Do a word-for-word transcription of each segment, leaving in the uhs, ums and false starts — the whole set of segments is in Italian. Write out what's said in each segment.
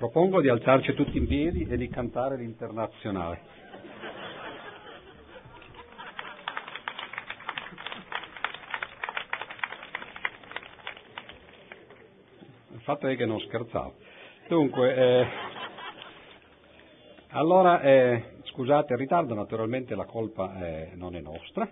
Propongo di alzarci tutti in piedi e di cantare l'Internazionale. Il fatto è che non scherzavo. Dunque, eh, allora, eh, scusate il ritardo, naturalmente la colpa eh, non è nostra.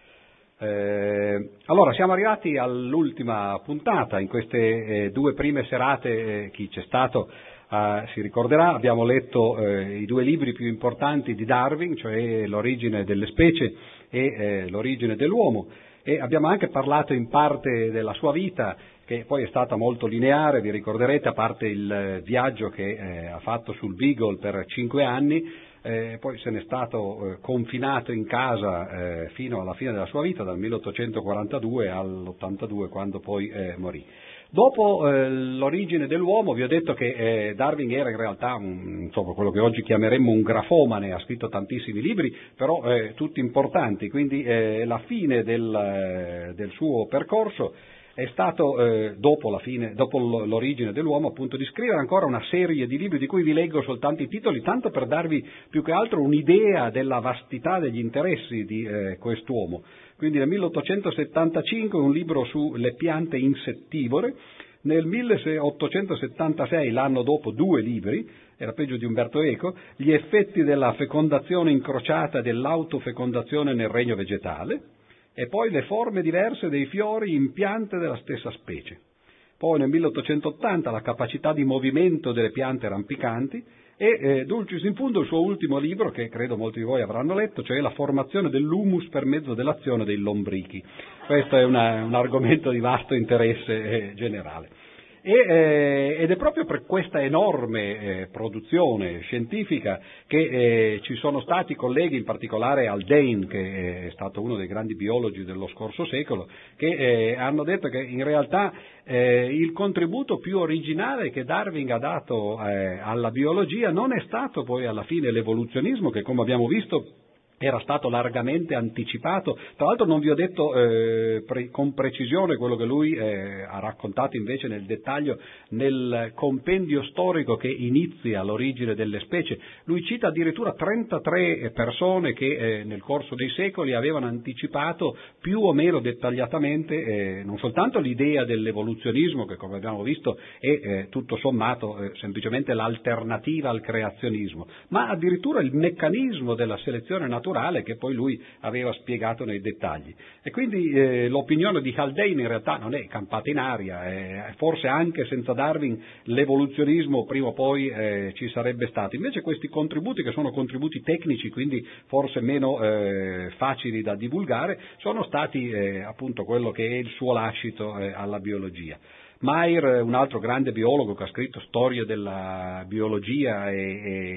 Eh, allora, siamo arrivati all'ultima puntata. In queste eh, due prime serate, eh, chi c'è stato eh, si ricorderà, abbiamo letto eh, i due libri più importanti di Darwin, cioè L'origine delle specie e eh, L'origine dell'uomo, e abbiamo anche parlato in parte della sua vita, che poi è stata molto lineare, vi ricorderete, a parte il viaggio che eh, ha fatto sul Beagle per cinque anni. Eh, poi se n'è stato eh, confinato in casa eh, fino alla fine della sua vita, dal milleottocentoquarantadue all'ottantadue, quando poi eh, morì. Dopo eh, L'origine dell'uomo vi ho detto che eh, Darwin era in realtà un, insomma, quello che oggi chiameremmo un grafomane, ha scritto tantissimi libri, però eh, tutti importanti, quindi eh, la fine del, eh, del suo percorso è stato, eh, dopo la fine, dopo l'origine dell'uomo, appunto, di scrivere ancora una serie di libri di cui vi leggo soltanto i titoli, tanto per darvi più che altro un'idea della vastità degli interessi di eh, quest'uomo. Quindi nel milleottocentosettantacinque un libro sulle piante insettivore, nel milleottocentosettantasei, l'anno dopo, due libri, era peggio di Umberto Eco, Gli effetti della fecondazione incrociata e dell'autofecondazione nel regno vegetale, e poi Le forme diverse dei fiori in piante della stessa specie. Poi nel milleottocentottanta La capacità di movimento delle piante rampicanti e eh, Dulcis in fundo il suo ultimo libro, che credo molti di voi avranno letto, cioè La formazione dell'humus per mezzo dell'azione dei lombrichi. Questo è una, un argomento di vasto interesse eh, generale. E, eh, ed è proprio per questa enorme eh, produzione scientifica che eh, ci sono stati colleghi, in particolare Haldane, che è stato uno dei grandi biologi dello scorso secolo, che eh, hanno detto che in realtà eh, il contributo più originale che Darwin ha dato eh, alla biologia non è stato poi alla fine l'evoluzionismo, che come abbiamo visto era stato largamente anticipato. Tra l'altro non vi ho detto eh, pre- con precisione quello che lui eh, ha raccontato invece nel dettaglio nel compendio storico che inizia l'origine delle specie. Lui cita addirittura trentatré persone che eh, nel corso dei secoli avevano anticipato più o meno dettagliatamente eh, non soltanto l'idea dell'evoluzionismo, che come abbiamo visto è eh, tutto sommato eh, semplicemente l'alternativa al creazionismo, ma addirittura il meccanismo della selezione naturale, che poi lui aveva spiegato nei dettagli. E quindi eh, l'opinione di Haldane in realtà non è campata in aria, eh, forse anche senza Darwin l'evoluzionismo prima o poi eh, ci sarebbe stato. Invece questi contributi, che sono contributi tecnici, quindi forse meno eh, facili da divulgare, sono stati eh, appunto quello che è il suo lascito eh, alla biologia. Meyer, un altro grande biologo che ha scritto storie della biologia e,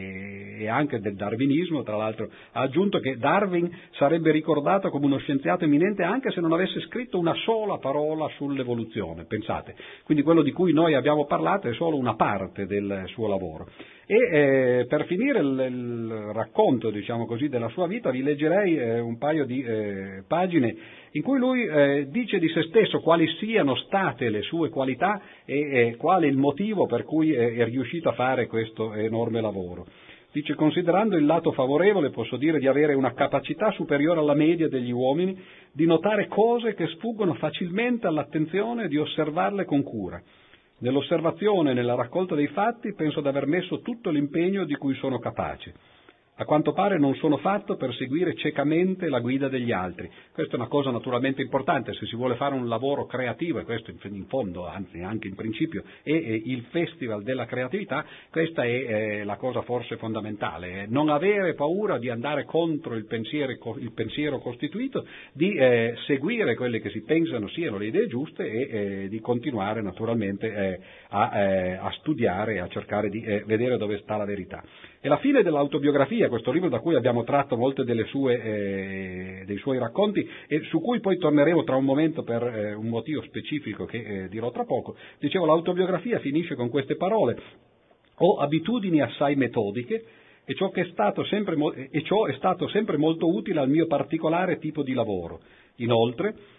e, e anche del darwinismo, tra l'altro, ha aggiunto che Darwin sarebbe ricordato come uno scienziato eminente anche se non avesse scritto una sola parola sull'evoluzione, pensate. Quindi quello di cui noi abbiamo parlato è solo una parte del suo lavoro. E eh, per finire il, il racconto, diciamo così, della sua vita, vi leggerei eh, un paio di eh, pagine in cui lui eh, dice di se stesso quali siano state le sue qualità e eh, qual è il motivo per cui eh, è riuscito a fare questo enorme lavoro. Dice: considerando il lato favorevole, posso dire di avere una capacità superiore alla media degli uomini di notare cose che sfuggono facilmente all'attenzione e di osservarle con cura. Nell'osservazione e nella raccolta dei fatti penso di aver messo tutto l'impegno di cui sono capace. A quanto pare non sono fatto per seguire ciecamente la guida degli altri. Questa è una cosa naturalmente importante, se si vuole fare un lavoro creativo, e questo in fondo, anzi anche in principio, è il festival della creatività, questa è eh, la cosa forse fondamentale, non avere paura di andare contro il pensiero, il pensiero costituito, di eh, seguire quelle che si pensano siano le idee giuste e eh, di continuare naturalmente eh, a, eh, a studiare e a cercare di eh, vedere dove sta la verità. E la fine dell'autobiografia, questo libro da cui abbiamo tratto molte delle sue, eh, dei suoi racconti e su cui poi torneremo tra un momento per eh, un motivo specifico che eh, dirò tra poco, dicevo, l'autobiografia finisce con queste parole: ho abitudini assai metodiche e ciò, che è stato sempre, e ciò è stato sempre molto utile al mio particolare tipo di lavoro. Inoltre,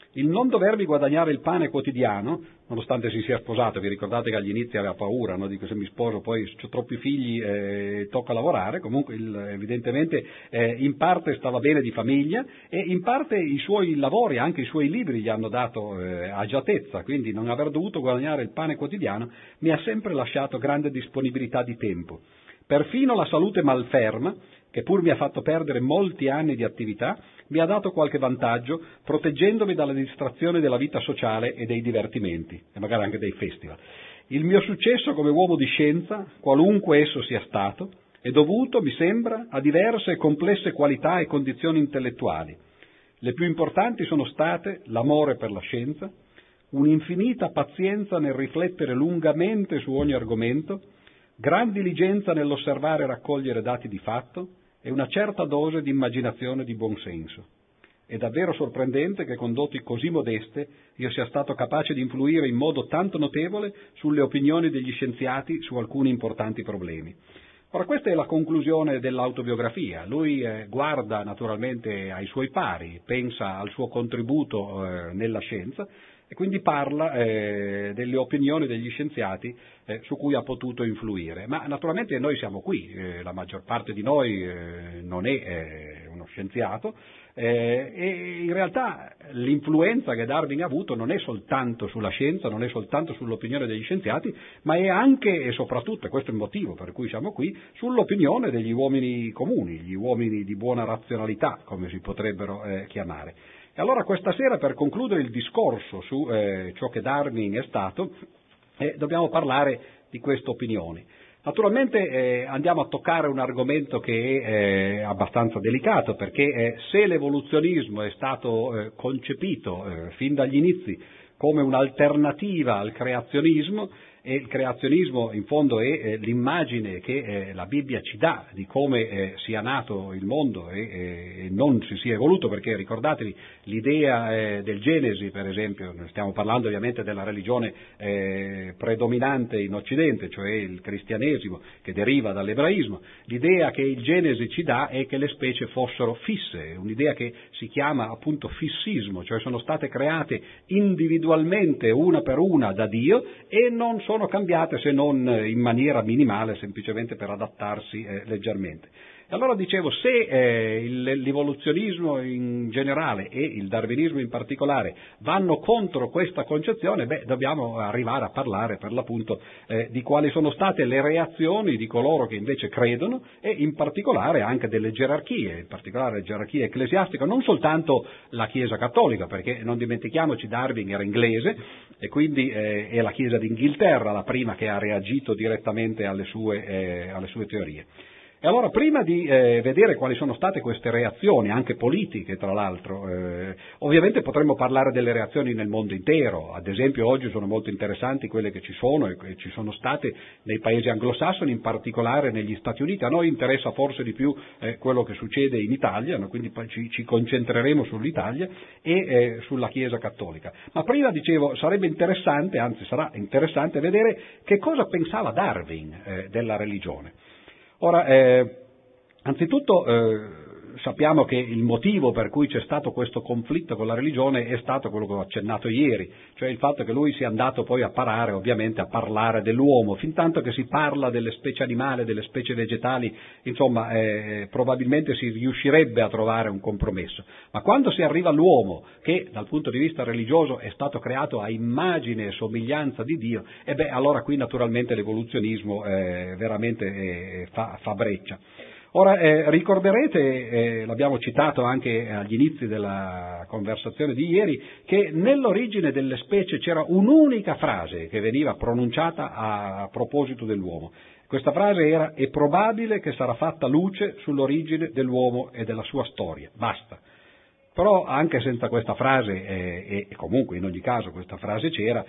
il non dovermi guadagnare il pane quotidiano, nonostante si sia sposato, vi ricordate che agli inizi aveva paura, no? Dico, se mi sposo poi ho troppi figli, eh, tocca lavorare, comunque il, evidentemente eh, in parte stava bene di famiglia e in parte i suoi lavori, anche i suoi libri gli hanno dato eh, agiatezza, quindi non aver dovuto guadagnare il pane quotidiano mi ha sempre lasciato grande disponibilità di tempo. Perfino la salute malferma, che pur mi ha fatto perdere molti anni di attività, mi ha dato qualche vantaggio, proteggendomi dalla distrazione della vita sociale e dei divertimenti, e magari anche dei festival. Il mio successo come uomo di scienza, qualunque esso sia stato, è dovuto, mi sembra, a diverse e complesse qualità e condizioni intellettuali. Le più importanti sono state l'amore per la scienza, un'infinita pazienza nel riflettere lungamente su ogni argomento, gran diligenza nell'osservare e raccogliere dati di fatto e una certa dose di immaginazione e di buonsenso. È davvero sorprendente che con doti così modeste io sia stato capace di influire in modo tanto notevole sulle opinioni degli scienziati su alcuni importanti problemi. Ora, questa è la conclusione dell'autobiografia. Lui eh, guarda naturalmente ai suoi pari, pensa al suo contributo eh, nella scienza e quindi parla eh, delle opinioni degli scienziati eh, su cui ha potuto influire. Ma naturalmente noi siamo qui, eh, la maggior parte di noi eh, non è eh, uno scienziato eh, e in realtà l'influenza che Darwin ha avuto non è soltanto sulla scienza, non è soltanto sull'opinione degli scienziati, ma è anche e soprattutto, e questo è il motivo per cui siamo qui, sull'opinione degli uomini comuni, gli uomini di buona razionalità, come si potrebbero eh, chiamare. E allora questa sera, per concludere il discorso su eh, ciò che Darwin è stato, eh, dobbiamo parlare di queste opinioni. Naturalmente eh, andiamo a toccare un argomento che è eh, abbastanza delicato, perché eh, se l'evoluzionismo è stato eh, concepito eh, fin dagli inizi come un'alternativa al creazionismo, e il creazionismo in fondo è eh, l'immagine che eh, la Bibbia ci dà di come eh, sia nato il mondo e, e non si sia evoluto, perché ricordatevi l'idea eh, del Genesi, per esempio, stiamo parlando ovviamente della religione eh, predominante in Occidente, cioè il cristianesimo che deriva dall'ebraismo, l'idea che il Genesi ci dà è che le specie fossero fisse, un'idea che si chiama appunto fissismo, cioè sono state create individualmente una per una da Dio e non sono cambiate se non in maniera minimale, semplicemente per adattarsi eh, leggermente. E allora dicevo, se eh, il, l'evoluzionismo in generale e il darwinismo in particolare vanno contro questa concezione, beh, dobbiamo arrivare a parlare per l'appunto eh, di quali sono state le reazioni di coloro che invece credono e in particolare anche delle gerarchie, in particolare la gerarchia ecclesiastica, non soltanto la Chiesa cattolica, perché non dimentichiamoci Darwin era inglese e quindi eh, è la Chiesa d'Inghilterra la prima che ha reagito direttamente alle sue, eh, alle sue teorie. E allora, prima di eh, vedere quali sono state queste reazioni, anche politiche tra l'altro, eh, ovviamente potremmo parlare delle reazioni nel mondo intero. Ad esempio oggi sono molto interessanti quelle che ci sono e che ci sono state nei paesi anglosassoni, in particolare negli Stati Uniti. A noi interessa forse di più eh, quello che succede in Italia, no? Quindi ci, ci concentreremo sull'Italia e eh, sulla Chiesa cattolica. Ma prima dicevo, sarebbe interessante, anzi sarà interessante vedere che cosa pensava Darwin eh, della religione. Ora, eh, anzitutto eh, sappiamo che il motivo per cui c'è stato questo conflitto con la religione è stato quello che ho accennato ieri, cioè il fatto che lui sia andato poi a parare, ovviamente, a parlare dell'uomo, fin tanto che si parla delle specie animali, delle specie vegetali, insomma, eh, probabilmente si riuscirebbe a trovare un compromesso. Ma quando si arriva all'uomo, che dal punto di vista religioso è stato creato a immagine e somiglianza di Dio, e beh, allora qui naturalmente l'evoluzionismo eh, veramente eh, fa, fa breccia. Ora, eh, ricorderete, eh, l'abbiamo citato anche agli inizi della conversazione di ieri, che nell'origine delle specie c'era un'unica frase che veniva pronunciata a, a proposito dell'uomo. Questa frase era: è probabile che sarà fatta luce sull'origine dell'uomo e della sua storia. Basta. Però anche senza questa frase, eh, e comunque in ogni caso questa frase c'era,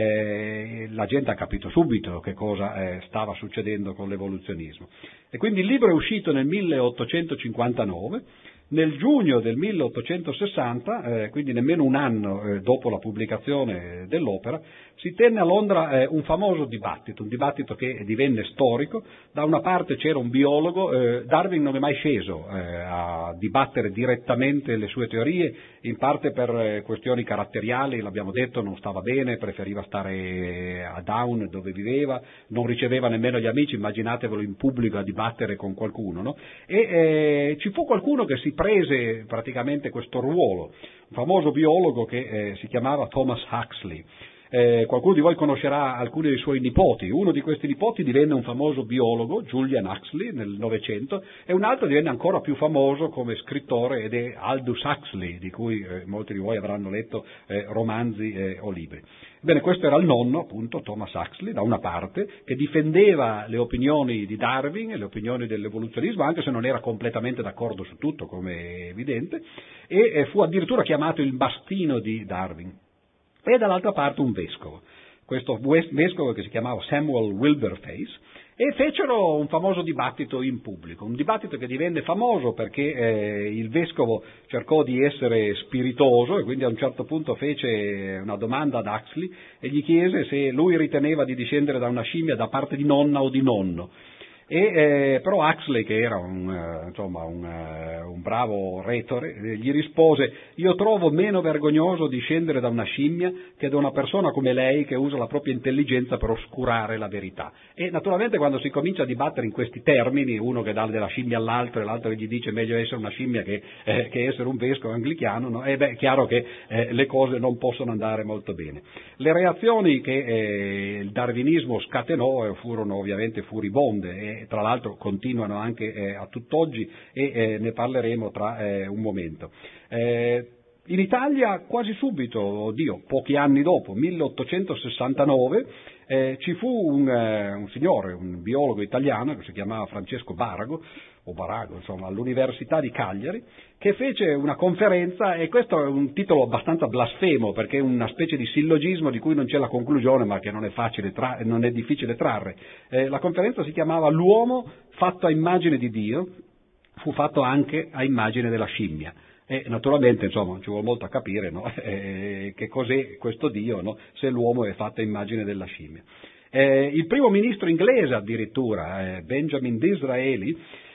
eh, la gente ha capito subito che cosa eh, stava succedendo con l'evoluzionismo. E quindi il libro è uscito nel milleottocentocinquantanove, Nel giugno del milleottocentosessanta, eh, quindi nemmeno un anno eh, dopo la pubblicazione dell'opera, si tenne a Londra eh, un famoso dibattito, un dibattito che divenne storico. Da una parte c'era un biologo, eh, Darwin non è mai sceso eh, a dibattere direttamente le sue teorie, in parte per eh, questioni caratteriali, l'abbiamo detto, non stava bene, preferiva stare a Down dove viveva, non riceveva nemmeno gli amici, immaginatevelo in pubblico a dibattere con qualcuno, no? E eh, ci fu qualcuno che si prese praticamente questo ruolo, un famoso biologo che eh, si chiamava Thomas Huxley. Eh, qualcuno di voi conoscerà alcuni dei suoi nipoti. Uno di questi nipoti divenne un famoso biologo, Julian Huxley, nel Novecento, e un altro divenne ancora più famoso come scrittore ed è Aldous Huxley, di cui eh, molti di voi avranno letto eh, romanzi eh, o libri. Bene, questo era il nonno, appunto, Thomas Huxley, da una parte, che difendeva le opinioni di Darwin e le opinioni dell'evoluzionismo, anche se non era completamente d'accordo su tutto, come è evidente, e eh, fu addirittura chiamato il bastino di Darwin. E dall'altra parte un vescovo, questo vescovo che si chiamava Samuel Wilberface, e fecero un famoso dibattito in pubblico, un dibattito che divenne famoso perché eh, il vescovo cercò di essere spiritoso e quindi a un certo punto fece una domanda ad Huxley e gli chiese se lui riteneva di discendere da una scimmia da parte di nonna o di nonno. E, eh, però Huxley, che era un, eh, insomma, un, eh, un bravo retore, eh, gli rispose: io trovo meno vergognoso discendere da una scimmia che da una persona come lei che usa la propria intelligenza per oscurare la verità. E naturalmente quando si comincia a dibattere in questi termini, uno che dà della scimmia all'altro e l'altro che gli dice meglio essere una scimmia che, eh, che essere un vescovo anglicano, no? E beh, è chiaro che eh, le cose non possono andare molto bene. Le reazioni che eh, il darwinismo scatenò eh, furono ovviamente furibonde e tra l'altro continuano anche eh, a tutt'oggi e eh, ne parleremo tra eh, un momento. Eh, in Italia quasi subito, oddio, pochi anni dopo, milleottocentosessantanove, eh, ci fu un, eh, un signore, un biologo italiano che si chiamava Francesco Barago, o Barago, insomma, all'Università di Cagliari, che fece una conferenza, e questo è un titolo abbastanza blasfemo perché è una specie di sillogismo di cui non c'è la conclusione ma che non è facile tra- non è difficile trarre. Eh, la conferenza si chiamava L'uomo fatto a immagine di Dio, fu fatto anche a immagine della scimmia. E naturalmente, insomma, non ci vuole molto a capire, no? eh, che cos'è questo Dio, no? Se l'uomo è fatto a immagine della scimmia. Eh, il primo ministro inglese addirittura, eh, Benjamin Disraeli,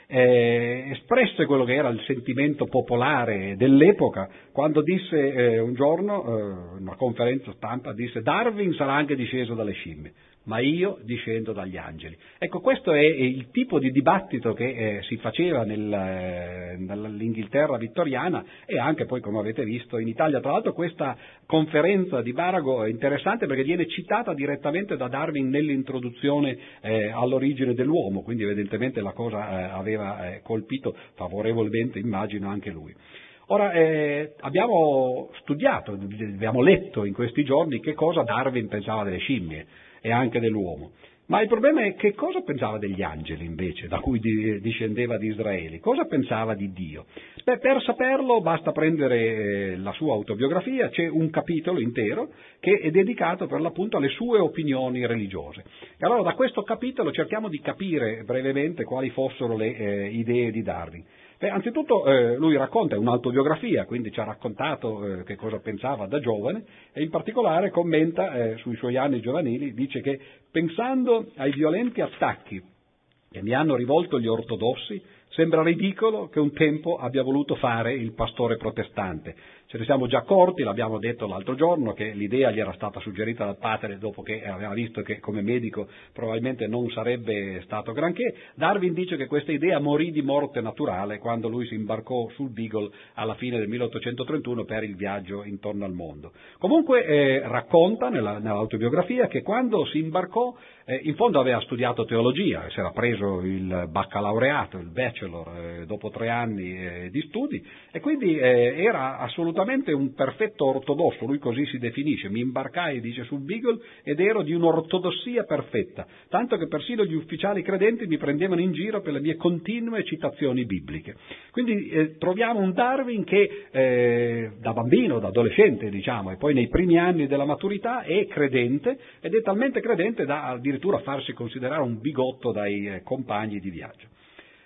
Eh, espresse quello che era il sentimento popolare dell'epoca quando disse eh, un giorno, eh, in una conferenza stampa, disse: Darwin sarà anche disceso dalle scimmie, ma io discendo dagli angeli. Ecco, questo è il tipo di dibattito che eh, si faceva nel, eh, nell'Inghilterra vittoriana e anche poi, come avete visto, in Italia. Tra l'altro questa conferenza di Barago è interessante perché viene citata direttamente da Darwin nell'introduzione eh, all'origine dell'uomo, quindi evidentemente la cosa eh, aveva eh, colpito favorevolmente, immagino, anche lui. Ora, eh, abbiamo studiato, abbiamo letto in questi giorni che cosa Darwin pensava delle scimmie e anche dell'uomo. Ma il problema è che cosa pensava degli angeli invece, da cui di, discendeva Disraeli, cosa pensava di Dio? Beh, per saperlo basta prendere eh, la sua autobiografia, c'è un capitolo intero che è dedicato per l'appunto alle sue opinioni religiose. E allora da questo capitolo cerchiamo di capire brevemente quali fossero le eh, idee di Darwin. Beh, anzitutto eh, lui racconta, è un'autobiografia, quindi ci ha raccontato eh, che cosa pensava da giovane e in particolare commenta eh, sui suoi anni giovanili, dice che pensando ai violenti attacchi che mi hanno rivolto gli ortodossi, sembra ridicolo che un tempo abbia voluto fare il pastore protestante. Ce ne siamo già accorti, l'abbiamo detto l'altro giorno, che l'idea gli era stata suggerita dal padre dopo che aveva visto che come medico probabilmente non sarebbe stato granché. Darwin dice che questa idea morì di morte naturale quando lui si imbarcò sul Beagle alla fine del milleottocentotrentuno per il viaggio intorno al mondo. Comunque eh, racconta nella, nell'autobiografia che quando si imbarcò eh, in fondo aveva studiato teologia, si era preso il baccalaureato, il bachelor, eh, dopo tre anni eh, di studi e quindi eh, era assolutamente un perfetto ortodosso, lui così si definisce, mi imbarcai, dice, sul Beagle ed ero di un'ortodossia perfetta, tanto che persino gli ufficiali credenti mi prendevano in giro per le mie continue citazioni bibliche. Quindi eh, troviamo un Darwin che eh, da bambino, da adolescente diciamo, e poi nei primi anni della maturità è credente ed è talmente credente da addirittura farsi considerare un bigotto dai eh, compagni di viaggio.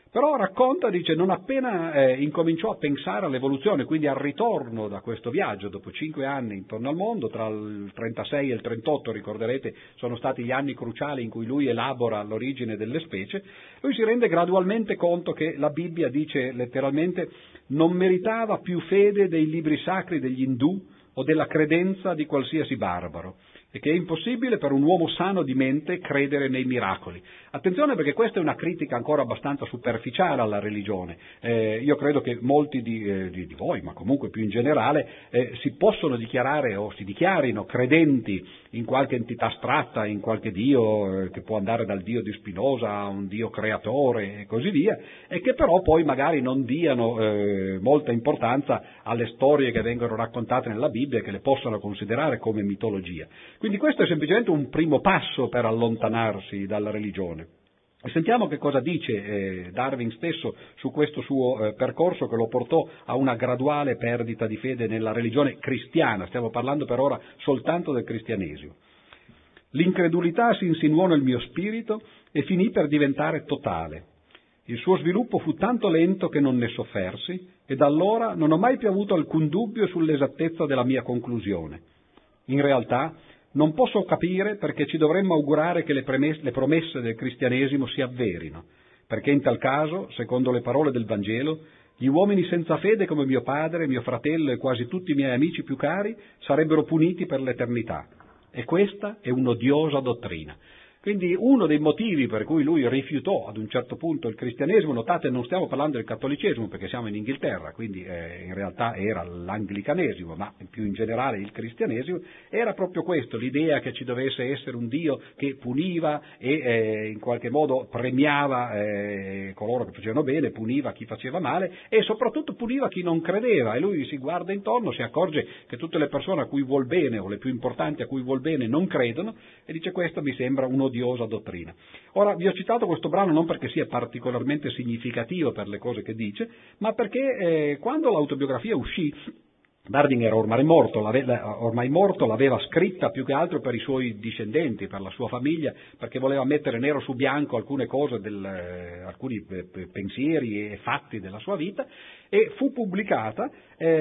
Però racconta, dice, non appena eh, incominciò a pensare all'evoluzione, quindi al ritorno da questo viaggio, dopo cinque anni intorno al mondo, tra il trentasei e il trentotto, ricorderete, sono stati gli anni cruciali in cui lui elabora l'origine delle specie, lui si rende gradualmente conto che la Bibbia, dice letteralmente, non meritava più fede dei libri sacri degli indù o della credenza di qualsiasi barbaro, e che è impossibile per un uomo sano di mente credere nei miracoli. Attenzione, perché questa è una critica ancora abbastanza superficiale alla religione. Eh, io credo che molti di, eh, di, di voi, ma comunque più in generale, eh, si possono dichiarare o si dichiarino credenti in qualche entità astratta, in qualche Dio, eh, che può andare dal Dio di Spinoza a un Dio creatore e così via, e che però poi magari non diano eh, molta importanza alle storie che vengono raccontate nella Bibbia e che le possano considerare come mitologia. Quindi questo è semplicemente un primo passo per allontanarsi dalla religione. E sentiamo che cosa dice eh, Darwin stesso su questo suo eh, percorso che lo portò a una graduale perdita di fede nella religione cristiana. Stiamo parlando per ora soltanto del cristianesimo. L'incredulità si insinuò nel mio spirito e finì per diventare totale. Il suo sviluppo fu tanto lento che non ne soffersi, e da allora non ho mai più avuto alcun dubbio sull'esattezza della mia conclusione. In realtà non posso capire perché ci dovremmo augurare che le, premesse, le promesse del cristianesimo si avverino, perché in tal caso, secondo le parole del Vangelo, gli uomini senza fede come mio padre, mio fratello e quasi tutti i miei amici più cari sarebbero puniti per l'eternità. E questa è un'odiosa dottrina. Quindi uno dei motivi per cui lui rifiutò ad un certo punto il cristianesimo, notate non stiamo parlando del cattolicesimo perché siamo in Inghilterra, quindi eh, in realtà era l'anglicanesimo, ma più in generale il cristianesimo, era proprio questo, l'idea che ci dovesse essere un Dio che puniva e eh, in qualche modo premiava eh, coloro che facevano bene, puniva chi faceva male e soprattutto puniva chi non credeva, e lui si guarda intorno, si accorge che tutte le persone a cui vuol bene o le più importanti a cui vuol bene non credono e dice: questo mi sembra un odiosa dottrina. Ora, vi ho citato questo brano non perché sia particolarmente significativo per le cose che dice, ma perché eh, quando l'autobiografia uscì, Darwin era ormai morto, ormai morto, l'aveva scritta più che altro per i suoi discendenti, per la sua famiglia, perché voleva mettere nero su bianco alcune cose, del, eh, alcuni pensieri e fatti della sua vita, e fu pubblicata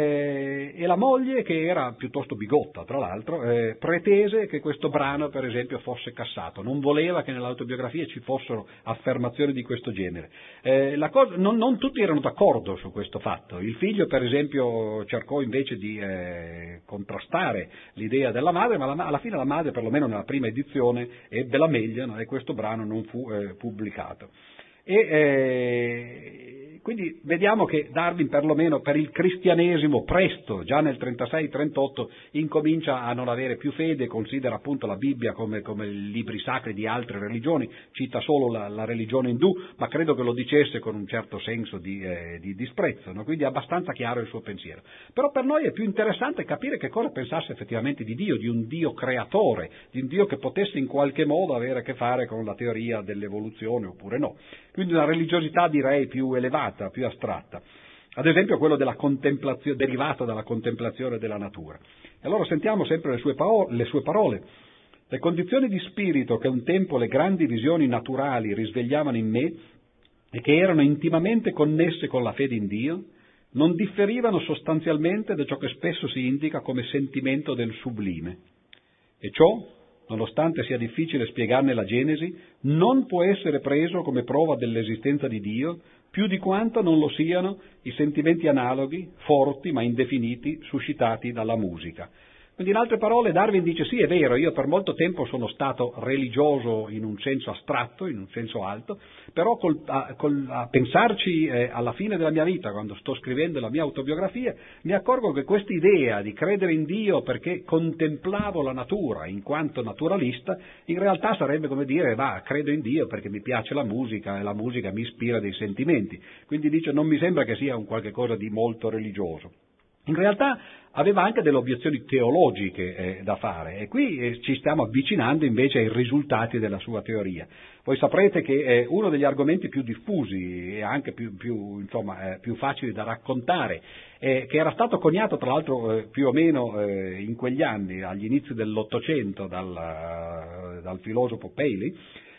eh, e la moglie, che era piuttosto bigotta tra l'altro, eh, pretese che questo brano per esempio fosse cassato, non voleva che nell'autobiografia ci fossero affermazioni di questo genere. Eh, la cosa, non, non tutti erano d'accordo su questo fatto, il figlio per esempio cercò invece di eh, contrastare l'idea della madre, ma la, alla fine la madre, perlomeno nella prima edizione, ebbe la meglio, no? E questo brano non fu eh, pubblicato. E eh, quindi vediamo che Darwin, perlomeno per il cristianesimo, presto, già nel trentasei trentotto, incomincia a non avere più fede, considera appunto la Bibbia come, come libri sacri di altre religioni, cita solo la, la religione indù, ma credo che lo dicesse con un certo senso di, eh, di disprezzo, no? Quindi è abbastanza chiaro il suo pensiero. Però per noi è più interessante capire che cosa pensasse effettivamente di Dio, di un Dio creatore, di un Dio che potesse in qualche modo avere a che fare con la teoria dell'evoluzione oppure no. Quindi una religiosità direi più elevata, più astratta. Ad esempio quello della contemplazione, derivato dalla contemplazione della natura. E allora sentiamo sempre le sue, pao- le sue parole. Le condizioni di spirito che un tempo le grandi visioni naturali risvegliavano in me e che erano intimamente connesse con la fede in Dio, non differivano sostanzialmente da ciò che spesso si indica come sentimento del sublime. E ciò, nonostante sia difficile spiegarne la genesi, non può essere preso come prova dell'esistenza di Dio più di quanto non lo siano i sentimenti analoghi, forti ma indefiniti, suscitati dalla musica. Quindi in altre parole Darwin dice: sì, è vero, io per molto tempo sono stato religioso in un senso astratto, in un senso alto, però col, a, col, a pensarci eh, alla fine della mia vita, quando sto scrivendo la mia autobiografia, mi accorgo che questa idea di credere in Dio perché contemplavo la natura in quanto naturalista, in realtà sarebbe come dire: va, credo in Dio perché mi piace la musica e la musica mi ispira dei sentimenti. Quindi dice: non mi sembra che sia un qualche cosa di molto religioso. In realtà aveva anche delle obiezioni teologiche eh, da fare, e qui eh, ci stiamo avvicinando invece ai risultati della sua teoria. Voi saprete che eh, uno degli argomenti più diffusi e anche più, più, insomma, eh, più facili da raccontare, eh, che era stato coniato tra l'altro eh, più o meno eh, in quegli anni, agli inizi dell'Ottocento, dal, dal filosofo Paley,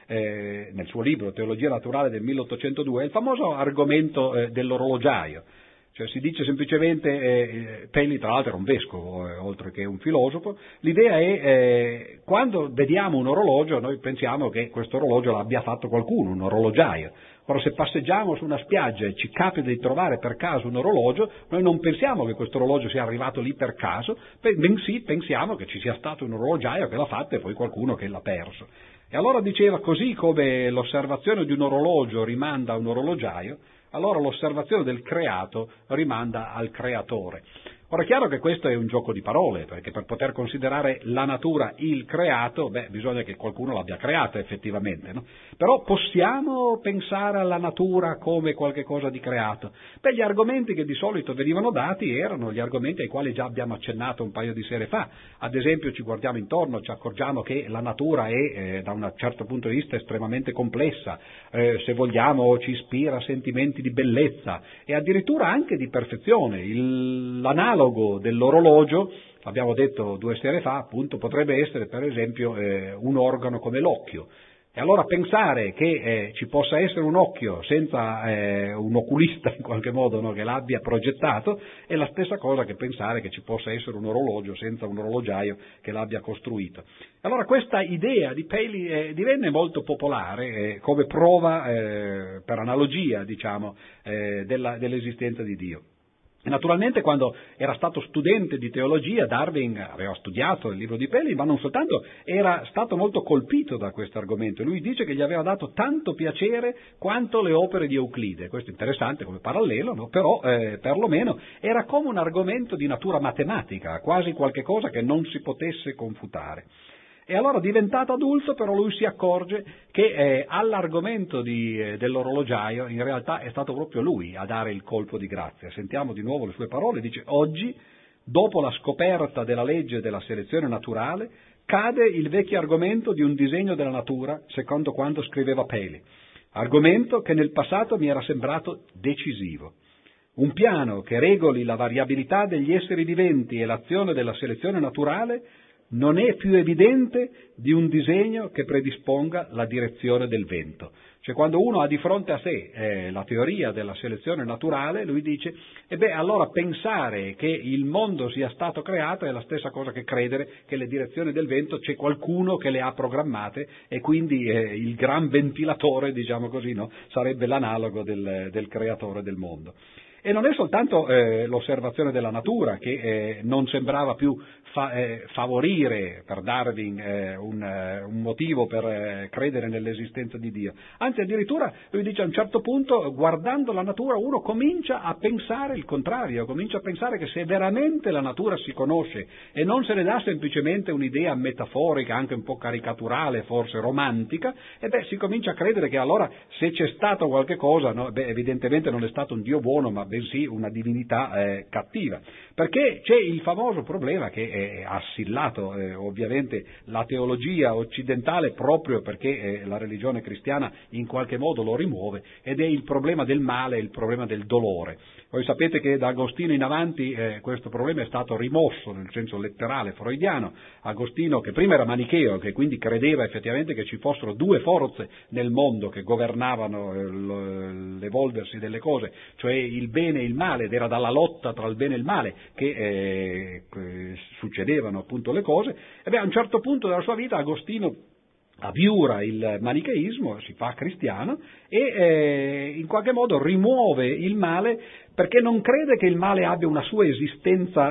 eh, nel suo libro Teologia naturale del milleottocentodue, è il famoso argomento eh, dell'orologiaio. Cioè si dice semplicemente, eh, Paley tra l'altro era un vescovo, eh, oltre che un filosofo, l'idea è, eh, quando vediamo un orologio noi pensiamo che questo orologio l'abbia fatto qualcuno, un orologiaio. Ora se passeggiamo su una spiaggia e ci capita di trovare per caso un orologio, noi non pensiamo che questo orologio sia arrivato lì per caso, bensì pensiamo che ci sia stato un orologiaio che l'ha fatto e poi qualcuno che l'ha perso. E allora diceva, così come l'osservazione di un orologio rimanda a un orologiaio, allora l'osservazione del creato rimanda al creatore. Ora è chiaro che questo è un gioco di parole, perché per poter considerare la natura il creato, beh, bisogna che qualcuno l'abbia creata effettivamente, no? Però possiamo pensare alla natura come qualche cosa di creato? Beh, gli argomenti che di solito venivano dati erano gli argomenti ai quali già abbiamo accennato un paio di sere fa. Ad esempio ci guardiamo intorno, ci accorgiamo che la natura è, eh, da un certo punto di vista, estremamente complessa, eh, se vogliamo ci ispira sentimenti di bellezza e addirittura anche di perfezione. Il, l'analogo dell'orologio, abbiamo detto due sere fa, appunto, potrebbe essere per esempio eh, un organo come l'occhio. E allora pensare che eh, ci possa essere un occhio senza eh, un oculista in qualche modo, no, che l'abbia progettato è la stessa cosa che pensare che ci possa essere un orologio senza un orologiaio che l'abbia costruito. Allora questa idea di Paley eh, divenne molto popolare eh, come prova, eh, per analogia diciamo, eh, della, dell'esistenza di Dio. Naturalmente quando era stato studente di teologia Darwin aveva studiato il libro di Paley, ma non soltanto, era stato molto colpito da questo argomento. Lui dice che gli aveva dato tanto piacere quanto le opere di Euclide. Questo è interessante come parallelo, no? Però eh, perlomeno era come un argomento di natura matematica, quasi qualche cosa che non si potesse confutare. E allora, diventato adulto, però lui si accorge che eh, all'argomento di, eh, dell'orologiaio in realtà è stato proprio lui a dare il colpo di grazia. Sentiamo di nuovo le sue parole, dice: oggi, dopo la scoperta della legge della selezione naturale, cade il vecchio argomento di un disegno della natura, secondo quanto scriveva Paley, argomento che nel passato mi era sembrato decisivo. Un piano che regoli la variabilità degli esseri viventi e l'azione della selezione naturale non è più evidente di un disegno che predisponga la direzione del vento. Cioè quando uno ha di fronte a sé eh, la teoria della selezione naturale, lui dice, e beh, allora pensare che il mondo sia stato creato è la stessa cosa che credere che le direzioni del vento c'è qualcuno che le ha programmate e quindi eh, il gran ventilatore, diciamo così, no, sarebbe l'analogo del, del creatore del mondo. E non è soltanto eh, l'osservazione della natura che eh, non sembrava più fa, eh, favorire per Darwin eh, un, eh, un motivo per eh, credere nell'esistenza di Dio, anzi addirittura lui dice a un certo punto, guardando la natura uno comincia a pensare il contrario, comincia a pensare che se veramente la natura si conosce e non se ne dà semplicemente un'idea metaforica, anche un po' caricaturale, forse romantica, e beh, si comincia a credere che allora se c'è stato qualche cosa, no, beh, evidentemente non è stato un Dio buono, ma bensì una divinità eh, cattiva, perché c'è il famoso problema che eh, ha assillato eh, ovviamente la teologia occidentale proprio perché eh, la religione cristiana in qualche modo lo rimuove, ed è il problema del male, il problema del dolore. Voi sapete che da Agostino in avanti eh, questo problema è stato rimosso nel senso letterale freudiano. Agostino, che prima era manicheo, che quindi credeva effettivamente che ci fossero due forze nel mondo che governavano eh, l'evolversi delle cose, cioè il bene e il male, ed era dalla lotta tra il bene e il male che eh, succedevano appunto le cose, e beh, a un certo punto della sua vita Agostino abiura il manicheismo, si fa cristiano e eh, in qualche modo rimuove il male, perché non crede che il male abbia una sua esistenza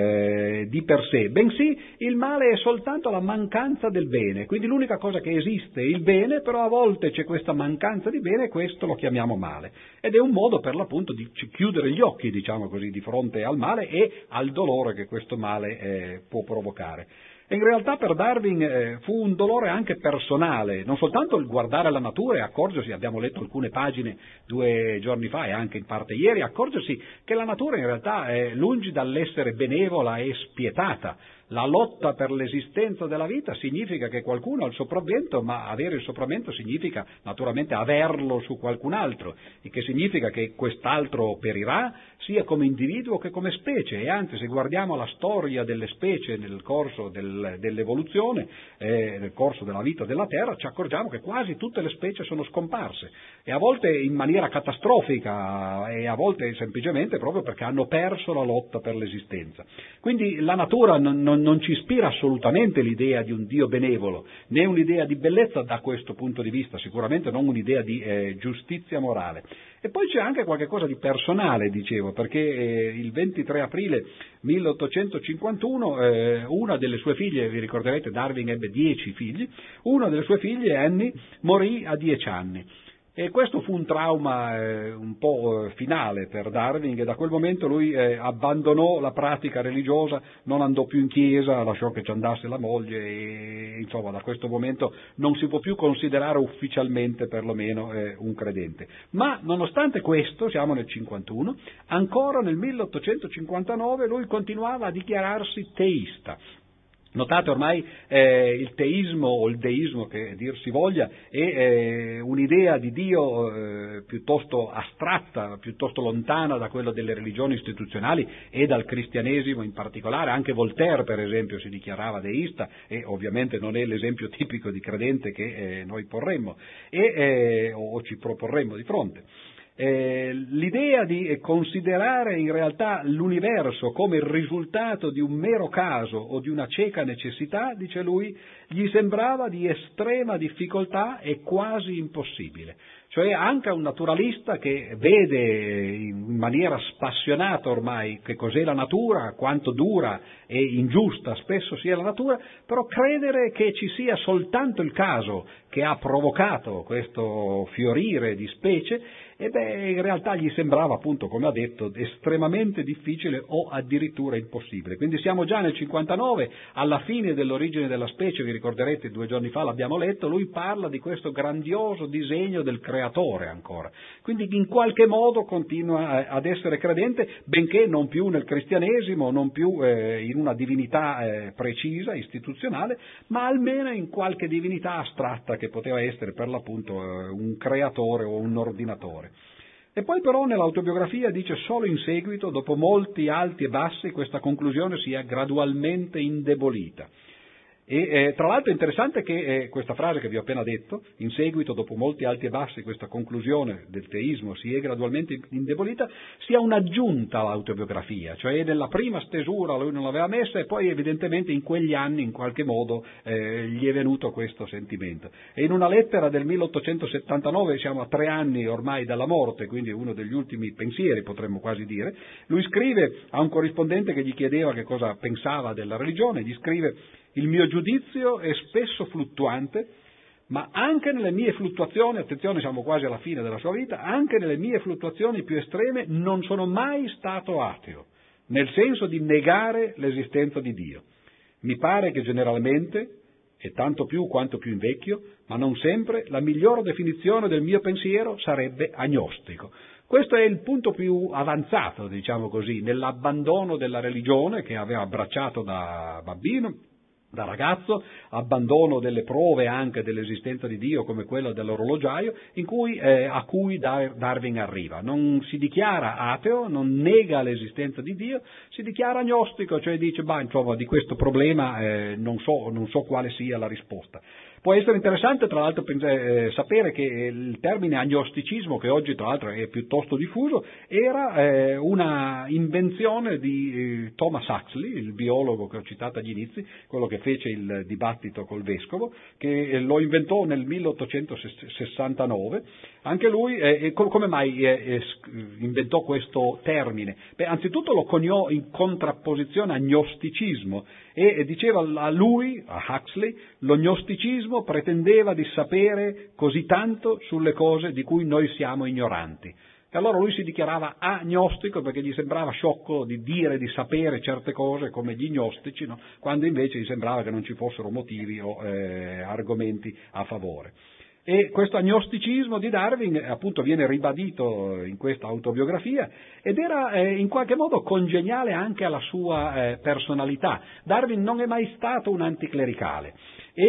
eh, di per sé, bensì il male è soltanto la mancanza del bene, quindi l'unica cosa che esiste è il bene, però a volte c'è questa mancanza di bene e questo lo chiamiamo male, ed è un modo per l'appunto di chiudere gli occhi, diciamo così, di fronte al male e al dolore che questo male eh, può provocare. E in realtà per Darwin eh, fu un dolore anche personale, non soltanto il guardare la natura e accorgersi, abbiamo letto alcune pagine due giorni fa e anche in parte ieri, accorgersi che la natura in realtà è lungi dall'essere benevola e spietata, La lotta per l'esistenza della vita significa che qualcuno ha il sopravvento, ma avere il sopravvento significa naturalmente averlo su qualcun altro, il che significa che quest'altro perirà sia come individuo che come specie, e anzi, se guardiamo la storia delle specie nel corso del, dell'evoluzione, eh, nel corso della vita della Terra, ci accorgiamo che quasi tutte le specie sono scomparse, e a volte in maniera catastrofica e a volte semplicemente proprio perché hanno perso la lotta per l'esistenza. Quindi la natura non, non, non ci ispira assolutamente l'idea di un Dio benevolo, né un'idea di bellezza da questo punto di vista, sicuramente non un'idea di eh, giustizia morale. E poi c'è anche qualche cosa di personale, dicevo, perché eh, il ventitré aprile milleottocentocinquantuno eh, una delle sue figlie, vi ricorderete Darwin ebbe dieci figli, una delle sue figlie, Annie, morì a dieci anni. E questo fu un trauma eh, un po' eh, finale per Darwin, e da quel momento lui eh, abbandonò la pratica religiosa, non andò più in chiesa, lasciò che ci andasse la moglie, e insomma da questo momento non si può più considerare ufficialmente perlomeno eh, un credente. Ma nonostante questo, siamo nel cinquantuno, ancora nel milleottocentocinquantanove lui continuava a dichiararsi teista. Notate ormai eh, il teismo o il deismo, che dir si voglia, è eh, un'idea di Dio eh, piuttosto astratta, piuttosto lontana da quello delle religioni istituzionali e dal cristianesimo in particolare. Anche Voltaire, per esempio, si dichiarava deista, e ovviamente non è l'esempio tipico di credente che eh, noi porremmo e, eh, o ci proporremmo di fronte. Eh, l'idea di considerare in realtà l'universo come il risultato di un mero caso o di una cieca necessità, dice lui, gli sembrava di estrema difficoltà e quasi impossibile. Cioè anche un naturalista che vede in maniera spassionata ormai che cos'è la natura, quanto dura e ingiusta spesso sia la natura, però credere che ci sia soltanto il caso che ha provocato questo fiorire di specie, e beh, in realtà gli sembrava, appunto, come ha detto, estremamente difficile o addirittura impossibile. Quindi siamo già nel cinquantanove, alla fine dell'origine della specie, vi ricorderete, due giorni fa l'abbiamo letto, lui parla di questo grandioso disegno del creatore ancora. Quindi in qualche modo continua ad essere credente, benché non più nel cristianesimo, non più eh, in una divinità eh, precisa, istituzionale, ma almeno in qualche divinità astratta che poteva essere per l'appunto eh, un creatore o un ordinatore. E poi però nell'autobiografia dice: solo in seguito, dopo molti alti e bassi, questa conclusione si è gradualmente indebolita. E eh, tra l'altro è interessante che eh, questa frase che vi ho appena detto, in seguito, dopo molti alti e bassi, questa conclusione del teismo si è gradualmente indebolita, sia un'aggiunta all'autobiografia, cioè nella prima stesura lui non l'aveva messa, e poi evidentemente in quegli anni in qualche modo eh, gli è venuto questo sentimento. E in una lettera del milleottocentosettantanove, siamo a tre anni ormai dalla morte, quindi uno degli ultimi pensieri potremmo quasi dire, lui scrive a un corrispondente che gli chiedeva che cosa pensava della religione, gli scrive: il mio giudizio è spesso fluttuante, ma anche nelle mie fluttuazioni, attenzione, siamo quasi alla fine della sua vita, anche nelle mie fluttuazioni più estreme non sono mai stato ateo, nel senso di negare l'esistenza di Dio. Mi pare che generalmente, e tanto più quanto più invecchio, ma non sempre, la migliore definizione del mio pensiero sarebbe agnostico. Questo è il punto più avanzato, diciamo così, nell'abbandono della religione che aveva abbracciato da bambino, da ragazzo, abbandono delle prove anche dell'esistenza di Dio come quella dell'orologiaio, in cui, eh, a cui Darwin arriva. Non si dichiara ateo, non nega l'esistenza di Dio, si dichiara agnostico, cioè dice: bah, insomma, di questo problema eh, non so, non so quale sia la risposta. Può essere interessante, tra l'altro, eh, sapere che il termine agnosticismo, che oggi tra l'altro è piuttosto diffuso, era eh, una invenzione di eh, Thomas Huxley, il biologo che ho citato agli inizi, quello che fece il dibattito col vescovo, che eh, lo inventò nel milleottocentosessantanove. Anche lui, eh, come mai eh, inventò questo termine? Beh, anzitutto lo coniò in contrapposizione agnosticismo, e diceva a lui, a Huxley, l'agnosticismo pretendeva di sapere così tanto sulle cose di cui noi siamo ignoranti. E allora lui si dichiarava agnostico perché gli sembrava sciocco di dire di sapere certe cose come gli gnostici, no? Quando invece gli sembrava che non ci fossero motivi o eh, argomenti a favore. E questo agnosticismo di Darwin appunto viene ribadito in questa autobiografia ed era eh, in qualche modo congeniale anche alla sua eh, personalità. Darwin non è mai stato un anticlericale e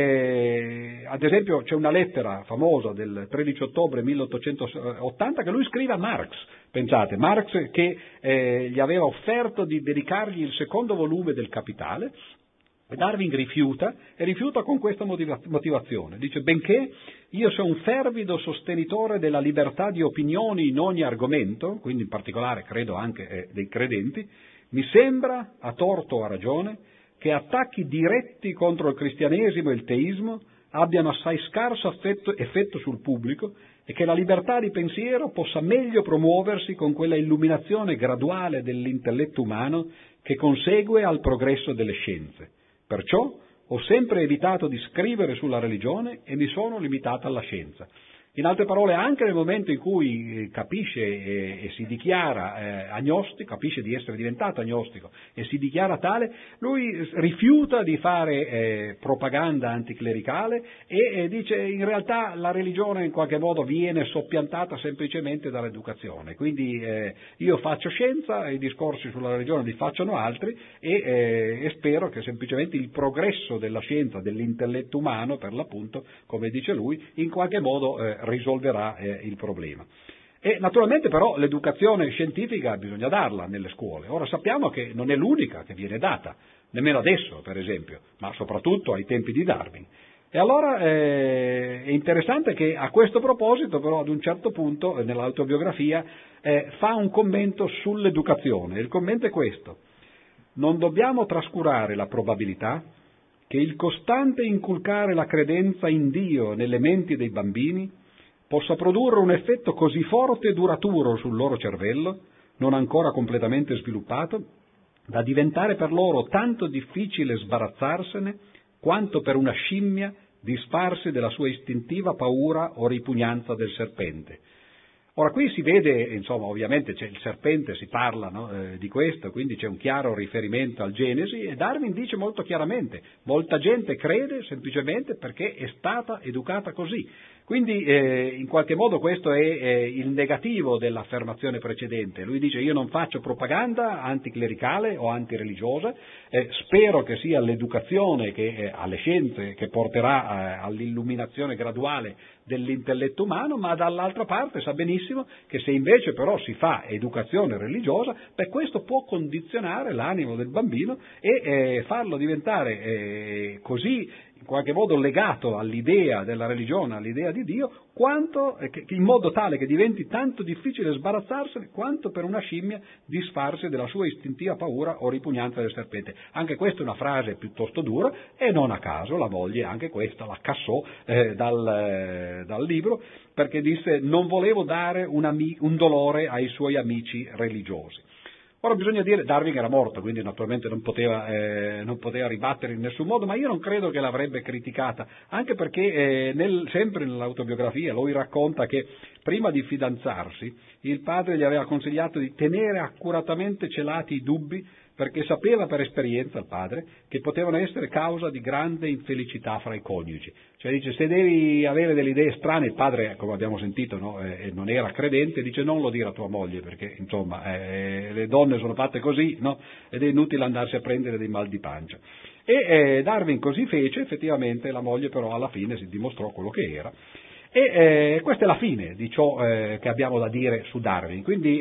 eh, ad esempio c'è una lettera famosa del tredici ottobre milleottocentottanta che lui scrive a Marx, pensate, Marx che eh, gli aveva offerto di dedicargli il secondo volume del Capitale. Darwin rifiuta, e rifiuta con questa motivazione. Dice: benché io sia un fervido sostenitore della libertà di opinioni in ogni argomento, quindi in particolare credo anche eh, dei credenti, mi sembra, a torto o a ragione, che attacchi diretti contro il cristianesimo e il teismo abbiano assai scarso effetto, effetto sul pubblico e che la libertà di pensiero possa meglio promuoversi con quella illuminazione graduale dell'intelletto umano che consegue al progresso delle scienze. Perciò ho sempre evitato di scrivere sulla religione e mi sono limitato alla scienza. In altre parole, anche nel momento in cui capisce e, e si dichiara eh, agnostico, capisce di essere diventato agnostico e si dichiara tale, lui rifiuta di fare eh, propaganda anticlericale e eh, dice in realtà la religione in qualche modo viene soppiantata semplicemente dall'educazione. Quindi eh, io faccio scienza, i discorsi sulla religione li facciano altri e, eh, e spero che semplicemente il progresso della scienza, dell'intelletto umano per l'appunto, come dice lui, in qualche modo eh, risolverà eh, il problema. E naturalmente però l'educazione scientifica bisogna darla nelle scuole. Ora sappiamo che non è l'unica che viene data, nemmeno adesso per esempio, ma soprattutto ai tempi di Darwin. E allora eh, è interessante che a questo proposito però ad un certo punto eh, nell'autobiografia eh, fa un commento sull'educazione. Il commento è questo: non dobbiamo trascurare la probabilità che il costante inculcare la credenza in Dio nelle menti dei bambini possa produrre un effetto così forte e duraturo sul loro cervello, non ancora completamente sviluppato, da diventare per loro tanto difficile sbarazzarsene quanto per una scimmia disfarsi della sua istintiva paura o ripugnanza del serpente. Ora qui si vede, insomma, ovviamente c'è il serpente, si parla no, eh, di questo, quindi c'è un chiaro riferimento al Genesi e Darwin dice molto chiaramente: molta gente crede semplicemente perché è stata educata così. Quindi eh, in qualche modo questo è eh, il negativo dell'affermazione precedente. Lui dice: io non faccio propaganda anticlericale o antireligiosa, eh, spero che sia l'educazione che, eh, alle scienze che porterà eh, all'illuminazione graduale dell'intelletto umano, ma dall'altra parte sa benissimo che se invece però si fa educazione religiosa, beh, questo può condizionare l'animo del bambino e eh, farlo diventare eh, così in qualche modo legato all'idea della religione, all'idea di Dio, quanto, eh, che, in modo tale che diventi tanto difficile sbarazzarsene quanto per una scimmia disfarsi della sua istintiva paura o ripugnanza del serpente. Anche questa è una frase piuttosto dura e non a caso la moglie anche questa la cassò eh, dal, eh, dal libro, perché disse: non volevo dare un, ami- un dolore ai suoi amici religiosi. Ora bisogna dire, Darwin era morto, quindi naturalmente non poteva, eh, non poteva ribattere in nessun modo, ma io non credo che l'avrebbe criticata, anche perché eh, nel, sempre nell'autobiografia lui racconta che prima di fidanzarsi il padre gli aveva consigliato di tenere accuratamente celati i dubbi, perché sapeva per esperienza il padre che potevano essere causa di grande infelicità fra i coniugi. Cioè dice: se devi avere delle idee strane, il padre, come abbiamo sentito, no, eh, non era credente, dice: non lo dire a tua moglie, perché insomma eh, le donne sono fatte così, no? Ed è inutile andarsi a prendere dei mal di pancia. E eh, Darwin così fece, effettivamente la moglie però alla fine si dimostrò quello che era. E eh, questa è la fine di ciò eh, che abbiamo da dire su Darwin, quindi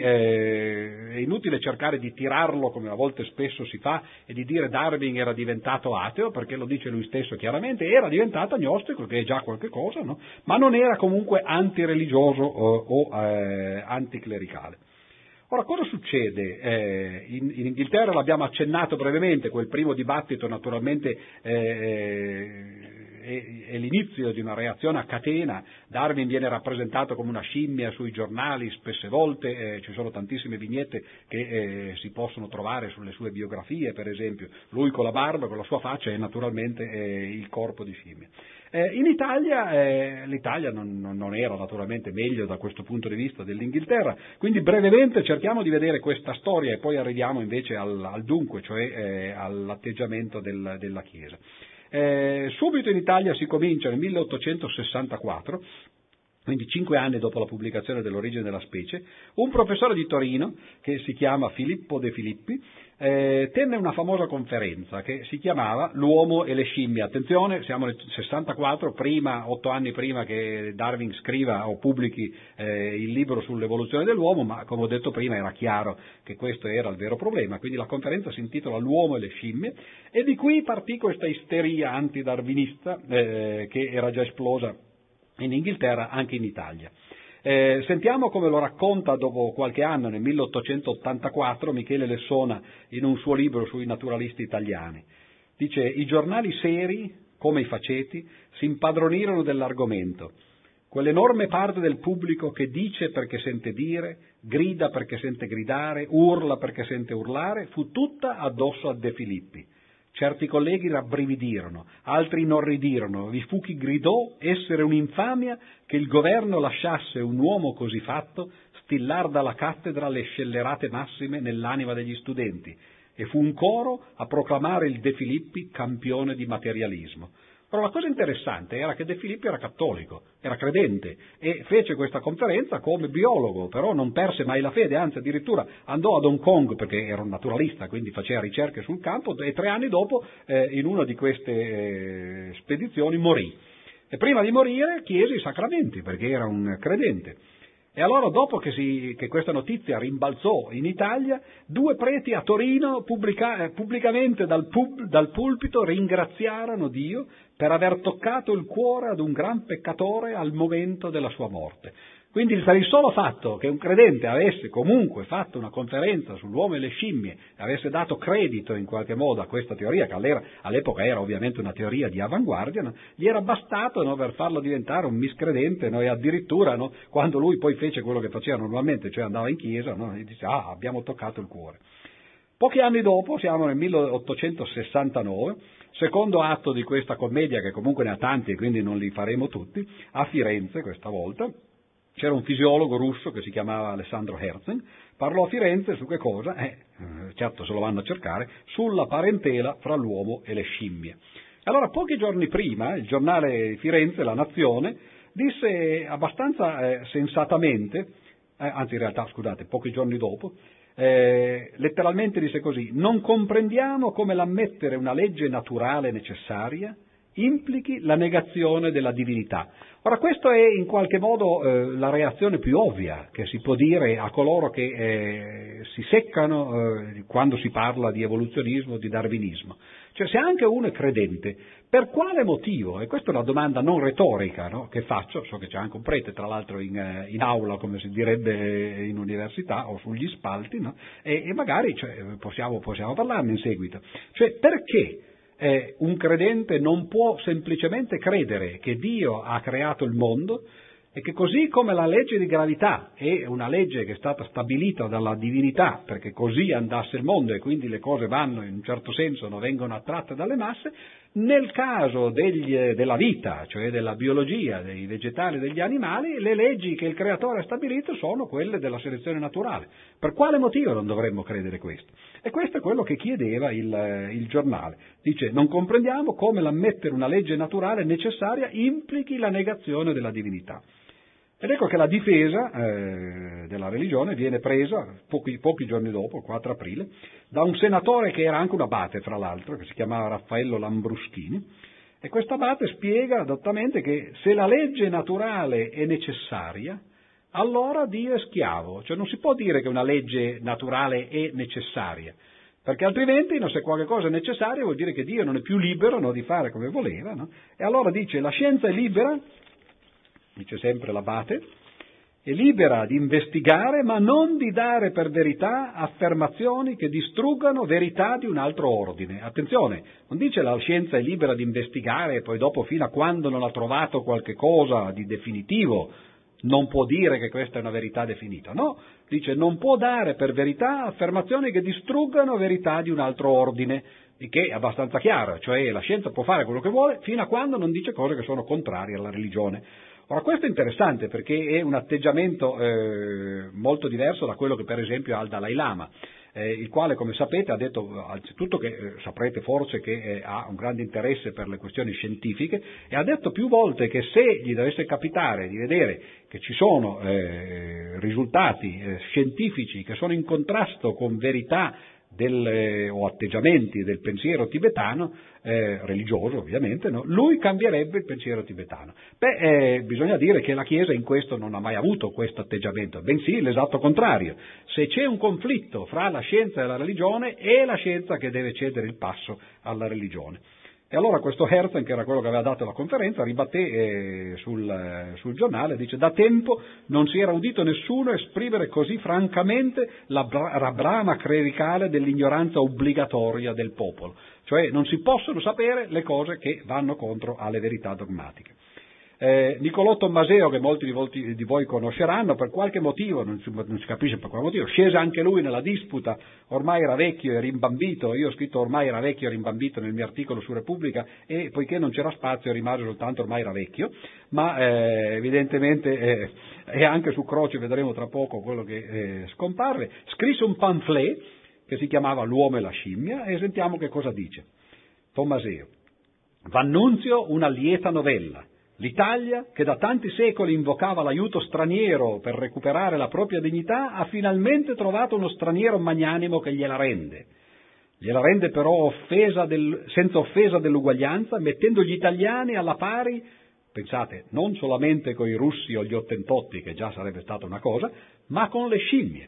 eh, è inutile cercare di tirarlo come a volte spesso si fa e di dire Darwin era diventato ateo, perché lo dice lui stesso chiaramente, era diventato agnostico, che è già qualche cosa, no? Ma non era comunque antireligioso o, o eh, anticlericale. Ora, cosa succede? Eh, in, in Inghilterra l'abbiamo accennato brevemente, quel primo dibattito naturalmente eh, è, è l'inizio di una reazione a catena. Darwin viene rappresentato come una scimmia sui giornali spesse volte, eh, ci sono tantissime vignette che eh, si possono trovare sulle sue biografie, per esempio, lui con la barba, con la sua faccia e naturalmente eh, il corpo di scimmia. Eh, in Italia, eh, l'Italia non, non era naturalmente meglio da questo punto di vista dell'Inghilterra, quindi brevemente cerchiamo di vedere questa storia e poi arriviamo invece al, al dunque, cioè eh, all'atteggiamento del, della Chiesa. Eh, subito in Italia si comincia nel milleottocentosessantaquattro, quindi cinque anni dopo la pubblicazione dell'Origine della specie, un professore di Torino, che si chiama Filippo De Filippi, eh, tenne una famosa conferenza che si chiamava L'uomo e le scimmie. Attenzione, siamo nel sessantaquattro, prima, otto anni prima che Darwin scriva o pubblichi eh, il libro sull'evoluzione dell'uomo, ma come ho detto prima era chiaro che questo era il vero problema, quindi la conferenza si intitola L'uomo e le scimmie, e di qui partì questa isteria antidarwinista eh, che era già esplosa in Inghilterra, anche in Italia. Eh, sentiamo come lo racconta dopo qualche anno, nel milleottocentottantaquattro, Michele Lessona in un suo libro sui naturalisti italiani. Dice: i giornali seri, come i faceti, si impadronirono dell'argomento. Quell'enorme parte del pubblico che dice perché sente dire, grida perché sente gridare, urla perché sente urlare, fu tutta addosso a De Filippi. Certi colleghi rabbrividirono, altri inorridirono, vi fu chi gridò essere un'infamia che il governo lasciasse un uomo così fatto stillar dalla cattedra le scellerate massime nell'anima degli studenti, e fu un coro a proclamare il De Filippi campione di materialismo. Però la cosa interessante era che De Filippi era cattolico, era credente, e fece questa conferenza come biologo, però non perse mai la fede, anzi addirittura andò ad Hong Kong perché era un naturalista, quindi faceva ricerche sul campo, e tre anni dopo eh, in una di queste eh, spedizioni morì. E prima di morire chiese i sacramenti perché era un credente. E allora, dopo che, si, che questa notizia rimbalzò in Italia, due preti a Torino pubblica, eh, pubblicamente dal, pub, dal pulpito ringraziarono Dio per aver toccato il cuore ad un gran peccatore al momento della sua morte. Quindi per il solo fatto che un credente avesse comunque fatto una conferenza sull'uomo e le scimmie, avesse dato credito in qualche modo a questa teoria, che all'epoca era ovviamente una teoria di avanguardia, no? Gli era bastato, no, per farlo diventare un miscredente, no? E addirittura, no, quando lui poi fece quello che faceva normalmente, cioè andava in chiesa, no, e diceva: ah, abbiamo toccato il cuore. Pochi anni dopo, siamo nel milleottocentosessantanove, secondo atto di questa commedia, che comunque ne ha tanti e quindi non li faremo tutti, a Firenze questa volta, c'era un fisiologo russo che si chiamava Alessandro Herzen, parlò a Firenze su che cosa? Eh, certo se lo vanno a cercare, sulla parentela fra l'uomo e le scimmie. Allora, pochi giorni prima, il giornale Firenze, La Nazione, disse abbastanza eh, sensatamente, eh, anzi in realtà, scusate, pochi giorni dopo, eh, letteralmente disse così: non comprendiamo come l'ammettere una legge naturale necessaria implichi la negazione della divinità. Ora, questo è in qualche modo eh, la reazione più ovvia che si può dire a coloro che eh, si seccano eh, quando si parla di evoluzionismo, di darwinismo. Cioè, se anche uno è credente, per quale motivo? E questa è una domanda non retorica, no, che faccio, so che c'è anche un prete tra l'altro in, in aula, come si direbbe in università, o sugli spalti, no? e, e magari cioè, possiamo, possiamo parlarne in seguito. Cioè, perché Eh, un credente non può semplicemente credere che Dio ha creato il mondo e che così come la legge di gravità è una legge che è stata stabilita dalla divinità perché così andasse il mondo e quindi le cose vanno in un certo senso, non vengono attratte dalle masse, nel caso degli, della vita, cioè della biologia, dei vegetali e degli animali, le leggi che il creatore ha stabilito sono quelle della selezione naturale. Per quale motivo non dovremmo credere questo? E questo è quello che chiedeva il, il giornale. Dice: non comprendiamo come l'ammettere una legge naturale necessaria implichi la negazione della divinità. Ed ecco che la difesa eh, della religione viene presa pochi, pochi giorni dopo, il quattro aprile, da un senatore che era anche un abate, tra l'altro, che si chiamava Raffaello Lambruschini, e questo abate spiega adottamente che se la legge naturale è necessaria, allora Dio è schiavo. Cioè non si può dire che una legge naturale è necessaria, perché altrimenti, no, se qualche cosa è necessaria vuol dire che Dio non è più libero, no, di fare come voleva, no? E allora dice: la scienza è libera, dice sempre l'abate, è libera di investigare ma non di dare per verità affermazioni che distruggano verità di un altro ordine. Attenzione, non dice la scienza è libera di investigare e poi dopo fino a quando non ha trovato qualche cosa di definitivo non può dire che questa è una verità definita. No, dice non può dare per verità affermazioni che distruggano verità di un altro ordine, il che è abbastanza chiaro, cioè la scienza può fare quello che vuole fino a quando non dice cose che sono contrarie alla religione. Ora, questo è interessante perché è un atteggiamento eh, molto diverso da quello che per esempio ha il Dalai Lama. eh, il quale, come sapete, ha detto anzitutto che eh, saprete forse che eh, ha un grande interesse per le questioni scientifiche, e ha detto più volte che se gli dovesse capitare di vedere che ci sono eh, risultati eh, scientifici che sono in contrasto con verità del, eh, o atteggiamenti del pensiero tibetano, eh, religioso ovviamente, no? Lui cambierebbe il pensiero tibetano. Beh, eh, bisogna dire che la Chiesa in questo non ha mai avuto questo atteggiamento, bensì l'esatto contrario. Se c'è un conflitto fra la scienza e la religione, è la scienza che deve cedere il passo alla religione. E allora questo Herzen, che era quello che aveva dato la conferenza, ribatté eh, sul, eh, sul giornale, dice: da tempo non si era udito nessuno esprimere così francamente la, bra- la brama clericale dell'ignoranza obbligatoria del popolo. Cioè non si possono sapere le cose che vanno contro alle verità dogmatiche. Eh, Niccolò Tommaseo, che molti di voi, di voi conosceranno, per qualche motivo, non si, non si capisce per quale motivo, scese anche lui nella disputa, ormai era vecchio e rimbambito. Io ho scritto ormai era vecchio e rimbambito nel mio articolo su Repubblica, e poiché non c'era spazio rimase soltanto ormai era vecchio, ma eh, evidentemente, eh, e anche su Croce vedremo tra poco quello che eh, scomparve, scrisse un pamphlet che si chiamava L'uomo e la scimmia, e sentiamo che cosa dice Tommaseo. V'annunzio una lieta novella. L'Italia, che da tanti secoli invocava l'aiuto straniero per recuperare la propria dignità, ha finalmente trovato uno straniero magnanimo che gliela rende. Gliela rende però offesa del, senza offesa dell'uguaglianza, mettendo gli italiani alla pari, pensate, non solamente con i russi o gli ottentotti, che già sarebbe stata una cosa, ma con le scimmie.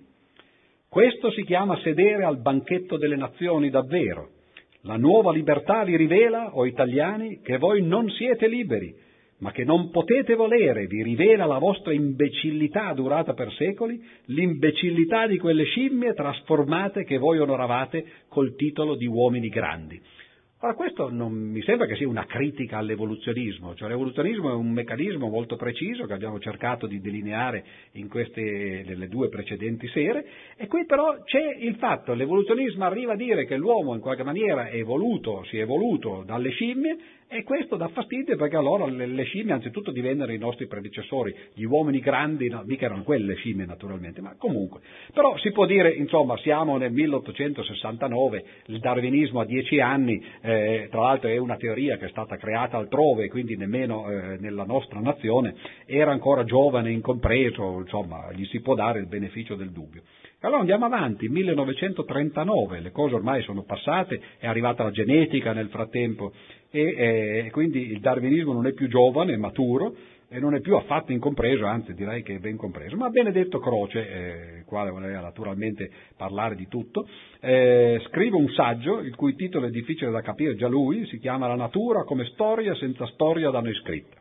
Questo si chiama sedere al banchetto delle nazioni davvero. La nuova libertà vi rivela, o italiani, che voi non siete liberi, ma che non potete volere, vi rivela la vostra imbecillità durata per secoli, l'imbecillità di quelle scimmie trasformate che voi onoravate col titolo di uomini grandi. Ora, questo non mi sembra che sia una critica all'evoluzionismo, cioè l'evoluzionismo è un meccanismo molto preciso che abbiamo cercato di delineare in queste, nelle due precedenti sere, e qui però c'è il fatto, l'evoluzionismo arriva a dire che l'uomo in qualche maniera è evoluto, si è evoluto dalle scimmie, e questo dà fastidio perché allora le, le scimmie anzitutto divennero i nostri predecessori, gli uomini grandi, no, mica erano quelle scimmie naturalmente, ma comunque. Però si può dire, insomma, siamo nel milleottocentosessantanove, il darwinismo ha dieci anni, eh, tra l'altro è una teoria che è stata creata altrove, quindi nemmeno eh, nella nostra nazione, era ancora giovane, incompreso, insomma, gli si può dare il beneficio del dubbio. Allora andiamo avanti, millenovecentotrentanove, le cose ormai sono passate, è arrivata la genetica nel frattempo, e eh, quindi il darwinismo non è più giovane, è maturo, e non è più affatto incompreso, anzi direi che è ben compreso. Ma Benedetto Croce, eh, il quale voleva naturalmente parlare di tutto, eh, scrive un saggio, il cui titolo è difficile da capire già lui, si chiama La natura come storia senza storia da noi scritta.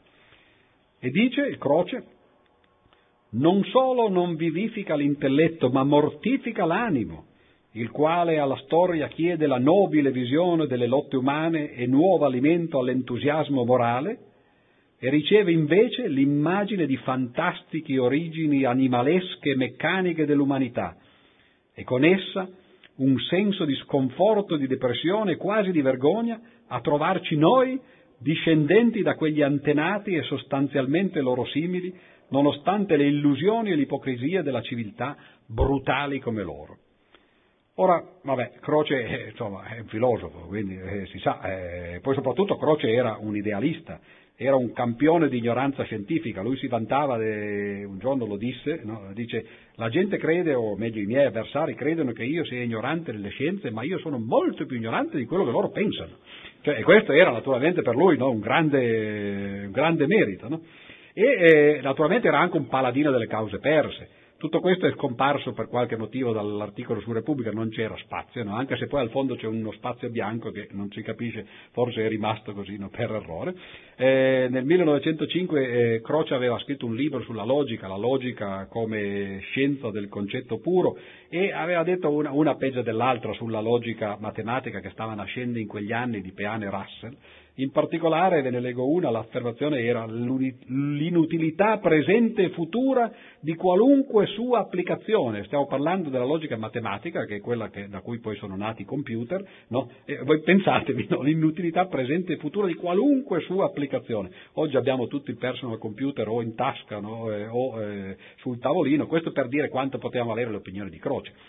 E dice, il Croce, non solo non vivifica l'intelletto, ma mortifica l'animo, il quale alla storia chiede la nobile visione delle lotte umane e nuovo alimento all'entusiasmo morale, e riceve invece l'immagine di fantastiche origini animalesche e meccaniche dell'umanità, e con essa un senso di sconforto, di depressione e quasi di vergogna a trovarci noi discendenti da quegli antenati e sostanzialmente loro simili, nonostante le illusioni e l'ipocrisia della civiltà brutali come loro. Ora, vabbè, Croce eh, insomma, è un filosofo, quindi eh, si sa, eh, poi soprattutto Croce era un idealista, era un campione di ignoranza scientifica. Lui si vantava, de, un giorno lo disse, no? Dice: la gente crede, o meglio i miei avversari credono che io sia ignorante delle scienze, ma io sono molto più ignorante di quello che loro pensano. Cioè, e questo era naturalmente per lui, no? un, grande, un grande merito, no? E eh, naturalmente era anche un paladino delle cause perse. Tutto questo è scomparso per qualche motivo dall'articolo su Repubblica, non c'era spazio, no? Anche se poi al fondo c'è uno spazio bianco che non si capisce, forse è rimasto così, no? per errore. Eh, nel millenovecentocinque eh, Croce aveva scritto un libro sulla logica, la logica come scienza del concetto puro, e aveva detto una, una peggio dell'altra sulla logica matematica che stava nascendo in quegli anni di Peano e Russell. In particolare, ve ne leggo una, l'affermazione era l'inutilità presente e futura di qualunque sua applicazione. Stiamo parlando della logica matematica, che è quella che, da cui poi sono nati i computer, no? E voi pensatevi, no? L'inutilità presente e futura di qualunque sua applicazione. Oggi abbiamo tutto il personal computer o in tasca, no? eh, o eh, sul tavolino, questo per dire quanto potevano valere le opinioni di Croce.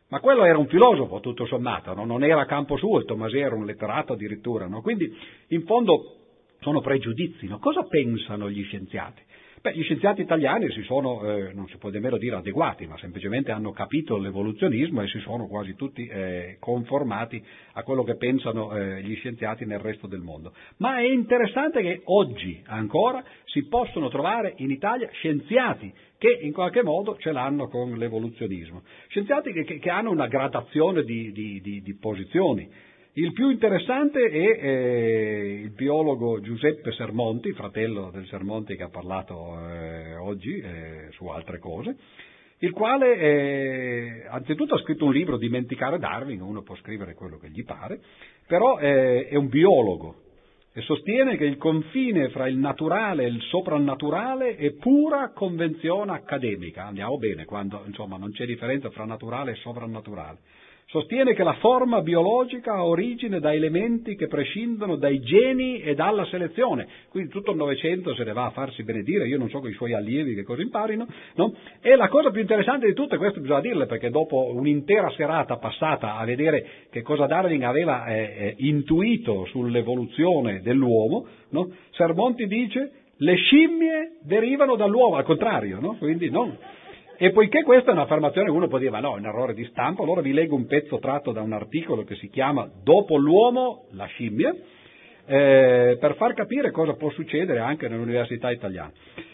Ma quello era un filosofo, tutto sommato, no? Non era campo suo, il Tommasè era un letterato addirittura, no? Quindi in fondo sono pregiudizi, no? Cosa pensano gli scienziati? Beh, gli scienziati italiani si sono, eh, non si può nemmeno dire adeguati, ma semplicemente hanno capito l'evoluzionismo e si sono quasi tutti eh, conformati a quello che pensano eh, gli scienziati nel resto del mondo. Ma è interessante che oggi ancora si possono trovare in Italia scienziati che in qualche modo ce l'hanno con l'evoluzionismo, scienziati che, che, che hanno una gradazione di, di, di, di posizioni. Il più interessante è eh, il biologo Giuseppe Sermonti, fratello del Sermonti che ha parlato eh, oggi eh, su altre cose, il quale eh, anzitutto ha scritto un libro, Dimenticare Darwin, uno può scrivere quello che gli pare, però eh, è un biologo e sostiene che il confine fra il naturale e il soprannaturale è pura convenzione accademica. Andiamo bene quando insomma non c'è differenza fra naturale e soprannaturale. Sostiene che la forma biologica ha origine da elementi che prescindono dai geni e dalla selezione, quindi tutto il Novecento se ne va a farsi benedire, io non so con i suoi allievi che cosa imparino, no? E la cosa più interessante di tutto, e questo bisogna dirle perché dopo un'intera serata passata a vedere che cosa Darwin aveva eh, eh, intuito sull'evoluzione dell'uomo, no? Sermonti dice le scimmie derivano dall'uomo, al contrario, no? Quindi non... E poiché questa è un'affermazione che uno può dire, ma no, è un errore di stampa, allora vi leggo un pezzo tratto da un articolo che si chiama Dopo l'uomo, la scimmia, eh, per far capire cosa può succedere anche nell'università italiana.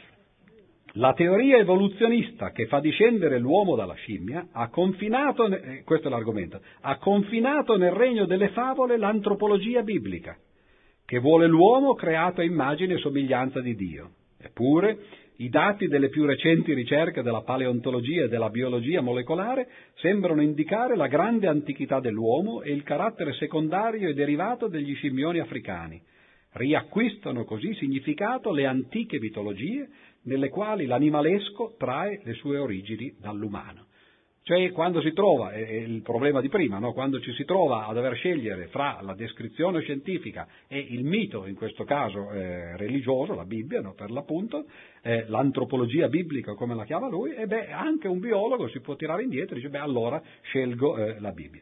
La teoria evoluzionista che fa discendere l'uomo dalla scimmia ha confinato, eh, questo è l'argomento, ha confinato nel regno delle favole l'antropologia biblica, che vuole l'uomo creato a immagine e somiglianza di Dio. Eppure, i dati delle più recenti ricerche della paleontologia e della biologia molecolare sembrano indicare la grande antichità dell'uomo e il carattere secondario e derivato degli scimmioni africani. Riacquistano così significato le antiche mitologie nelle quali l'animalesco trae le sue origini dall'umano. Cioè quando si trova, è il problema di prima, no? Quando ci si trova a dover scegliere fra la descrizione scientifica e il mito, in questo caso eh, religioso, la Bibbia, no? Per l'appunto, eh, l'antropologia biblica come la chiama lui, e beh anche un biologo si può tirare indietro e dice beh allora scelgo eh, la Bibbia.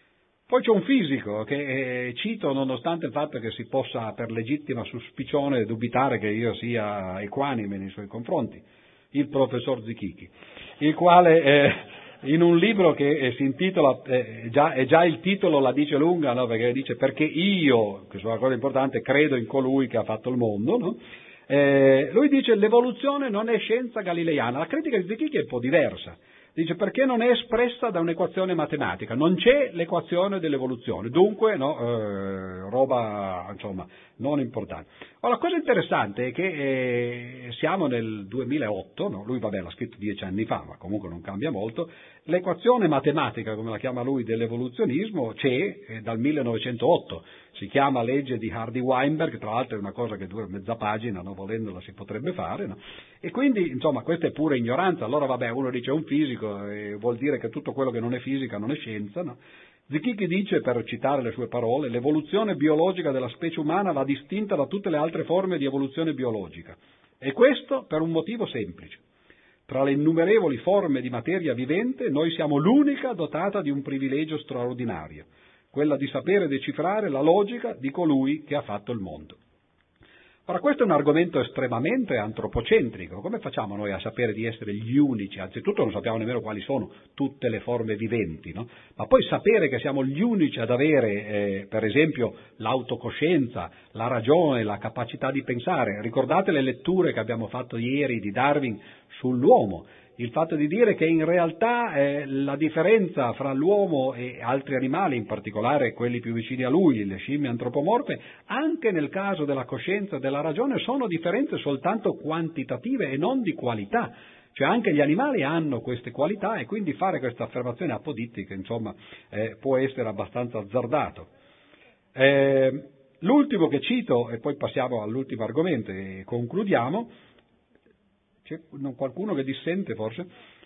Poi c'è un fisico che eh, cito nonostante il fatto che si possa per legittima suspicione dubitare che io sia equanime nei suoi confronti, il professor Zichichi, il quale... Eh, in un libro che eh, si intitola, eh, già, e già il titolo la dice lunga, no? Perché dice perché io, che è una cosa importante, credo in colui che ha fatto il mondo, no? eh, lui dice l'evoluzione non è scienza galileiana, la critica di Zichichi è un po' diversa, dice perché non è espressa da un'equazione matematica, non c'è l'equazione dell'evoluzione, dunque no, eh, roba insomma non importante. Ora, la cosa interessante è che eh, siamo nel duemilaotto, no? Lui vabbè l'ha scritto dieci anni fa, ma comunque non cambia molto, l'equazione matematica, come la chiama lui, dell'evoluzionismo c'è eh, dal millenovecentootto, si chiama legge di Hardy-Weinberg, tra l'altro è una cosa che dura mezza pagina, no? Volendola si potrebbe fare, no? E quindi insomma questa è pura ignoranza, allora vabbè uno dice un fisico, eh, vuol dire che tutto quello che non è fisica non è scienza, no? Zichichi dice, per citare le sue parole, l'evoluzione biologica della specie umana va distinta da tutte le altre forme di evoluzione biologica. E questo per un motivo semplice. Tra le innumerevoli forme di materia vivente, noi siamo l'unica dotata di un privilegio straordinario, quella di sapere decifrare la logica di colui che ha fatto il mondo. Ora, questo è un argomento estremamente antropocentrico. Come facciamo noi a sapere di essere gli unici? Anzitutto non sappiamo nemmeno quali sono tutte le forme viventi, no? Ma poi sapere che siamo gli unici ad avere, eh, per esempio, l'autocoscienza, la ragione, la capacità di pensare. Ricordate le letture che abbiamo fatto ieri di Darwin sull'uomo? Il fatto di dire che in realtà eh, la differenza fra l'uomo e altri animali, in particolare quelli più vicini a lui, le scimmie antropomorfe, anche nel caso della coscienza e della ragione, sono differenze soltanto quantitative e non di qualità. Cioè anche gli animali hanno queste qualità e quindi fare questa affermazione apodittica, insomma, eh, può essere abbastanza azzardato. Eh, l'ultimo che cito, e poi passiamo all'ultimo argomento e concludiamo. C'è qualcuno che dissente forse?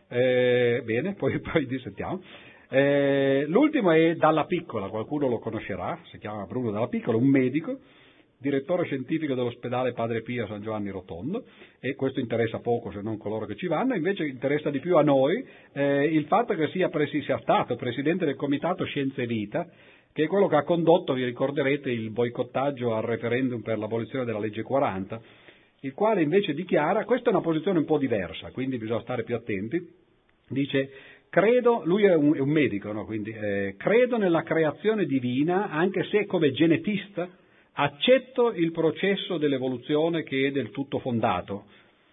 Eh, bene, poi, poi dissentiamo. Eh, l'ultimo è Dalla Piccola, qualcuno lo conoscerà, si chiama Bruno Dalla Piccola, un medico direttore scientifico dell'ospedale Padre Pio a San Giovanni Rotondo, e questo interessa poco se non coloro che ci vanno. Invece interessa di più a noi eh, il fatto che sia, presi, sia stato presidente del Comitato Scienza e Vita, che è quello che ha condotto, vi ricorderete, il boicottaggio al referendum per l'abolizione della legge quaranta, il quale invece dichiara, questa è una posizione un po' diversa, quindi bisogna stare più attenti, dice: credo, lui è un, è un medico, no? Quindi, eh, credo nella creazione divina, anche se come genetista accetto il processo dell'evoluzione che è del tutto fondato.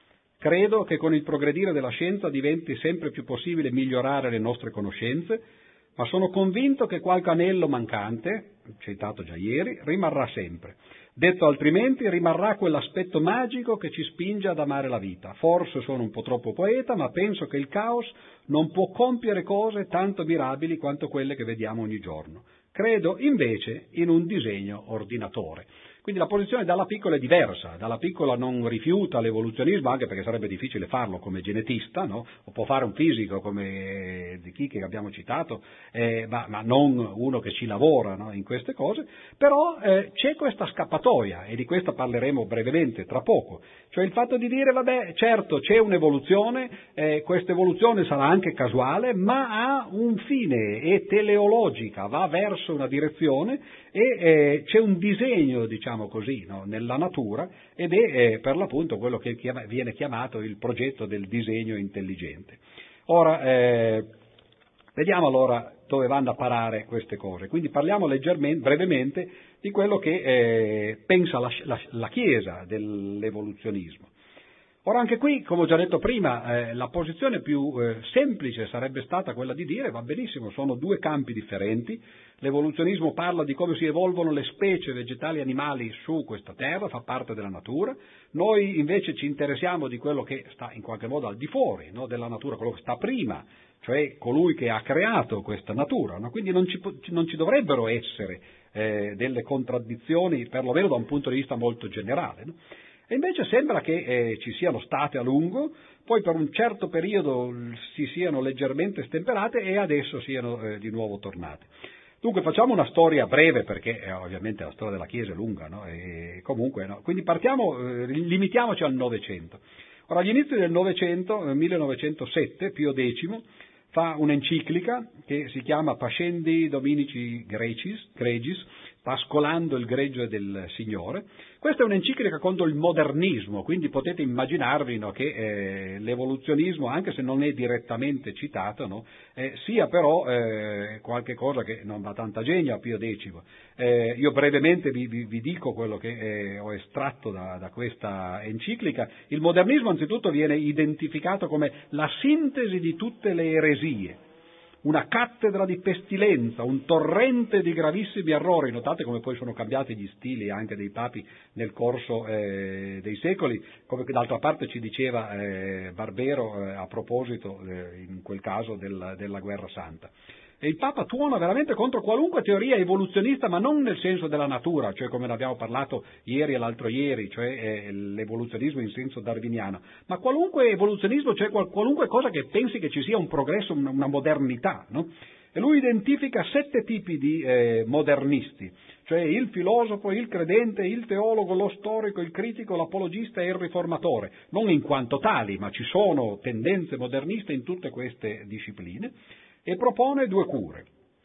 Credo che con il progredire della scienza diventi sempre più possibile migliorare le nostre conoscenze, ma sono convinto che qualche anello mancante, citato già ieri, rimarrà sempre. Detto altrimenti, rimarrà quell'aspetto magico che ci spinge ad amare la vita. Forse sono un po' troppo poeta, ma penso che il caos non può compiere cose tanto mirabili quanto quelle che vediamo ogni giorno. Credo invece in un disegno ordinatore. Quindi la posizione dalla piccola è diversa, dalla piccola non rifiuta l'evoluzionismo, anche perché sarebbe difficile farlo come genetista, no? O può fare un fisico come di chi che abbiamo citato, eh, ma, ma non uno che ci lavora, no? In queste cose, però eh, c'è questa scappatoia, e di questa parleremo brevemente tra poco, cioè il fatto di dire, vabbè, certo c'è un'evoluzione, eh, questa evoluzione sarà anche casuale, ma ha un fine, è teleologica, va verso una direzione e eh, c'è un disegno, diciamo così, no, nella natura, ed è eh, per l'appunto quello che chiama, viene chiamato il progetto del disegno intelligente. Ora, eh, vediamo allora dove vanno a parare queste cose. Quindi parliamo leggermente, brevemente, di quello che eh, pensa la, la, la Chiesa dell'evoluzionismo. Ora anche qui, come ho già detto prima, eh, la posizione più eh, semplice sarebbe stata quella di dire, va benissimo, sono due campi differenti, l'evoluzionismo parla di come si evolvono le specie vegetali e animali su questa terra, fa parte della natura, noi invece ci interessiamo di quello che sta in qualche modo al di fuori, no, della natura, quello che sta prima, cioè colui che ha creato questa natura, no? Quindi non ci, non ci dovrebbero essere eh, delle contraddizioni, perlomeno da un punto di vista molto generale, no? E invece sembra che eh, ci siano state a lungo, poi per un certo periodo si siano leggermente stemperate e adesso siano eh, di nuovo tornate. Dunque facciamo una storia breve, perché eh, ovviamente la storia della Chiesa è lunga, no? E comunque, no? Quindi partiamo, eh, limitiamoci al Novecento. Ora, agli inizi del Novecento, nel millenovecentosette, Pio X fa un'enciclica che si chiama Pascendi Dominici Gregis, Gregis, pascolando il gregge del Signore. Questa è un'enciclica contro il modernismo, quindi potete immaginarvi, no, che eh, l'evoluzionismo, anche se non è direttamente citato, no, eh, sia però eh, qualche cosa che non dà tanta genia a Pio X. Eh, io brevemente vi, vi, vi dico quello che eh, ho estratto da, da questa enciclica. Il modernismo anzitutto viene identificato come la sintesi di tutte le eresie, una cattedra di pestilenza, un torrente di gravissimi errori. Notate come poi sono cambiati gli stili anche dei papi nel corso eh, dei secoli, come d'altra parte ci diceva eh, Barbero eh, a proposito eh, in quel caso del, della guerra santa. E il Papa tuona veramente contro qualunque teoria evoluzionista, ma non nel senso della natura, cioè come ne abbiamo parlato ieri e l'altro ieri, cioè eh, l'evoluzionismo in senso darwiniano, ma qualunque evoluzionismo, cioè qual- qualunque cosa che pensi che ci sia un progresso, una, una modernità, no? E lui identifica sette tipi di eh, modernisti, cioè il filosofo, il credente, il teologo, lo storico, il critico, l'apologista e il riformatore, non in quanto tali, ma ci sono tendenze moderniste in tutte queste discipline. E propone due cure.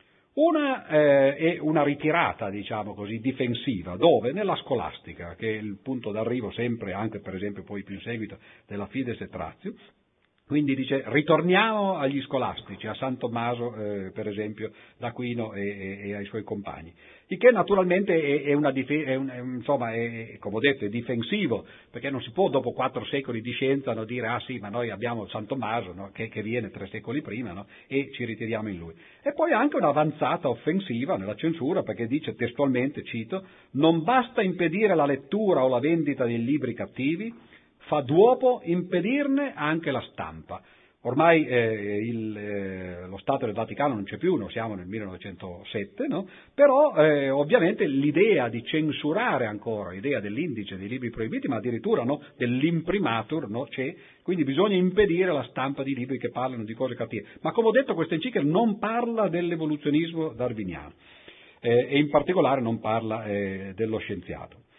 Una eh, è una ritirata, diciamo così, difensiva, dove? Nella scolastica, che è il punto d'arrivo sempre, anche per esempio poi più in seguito, della Fides et Ratio. Quindi dice, ritorniamo agli scolastici, a San Tommaso, eh, per esempio, d'Aquino e, e, e ai suoi compagni. Il che naturalmente è, è, una dife- è, un, è insomma, è, come ho detto, è difensivo, perché non si può dopo quattro secoli di scienza, no, dire, ah sì, ma noi abbiamo San Tommaso, no, che, che viene tre secoli prima, no, e ci ritiriamo in lui. E poi anche un'avanzata offensiva nella censura, perché dice testualmente, cito, non basta impedire la lettura o la vendita dei libri cattivi, fa d'uopo impedirne anche la stampa. Ormai eh, il, eh, lo Stato del Vaticano non c'è più, non siamo nel millenovecentosette, no? Però eh, ovviamente l'idea di censurare ancora, l'idea dell'indice dei libri proibiti, ma addirittura, no, dell'imprimatur, no, c'è, quindi bisogna impedire la stampa di libri che parlano di cose cattive. Ma come ho detto, questa enciclica non parla dell'evoluzionismo darwiniano eh, e in particolare non parla eh, dello scienziato.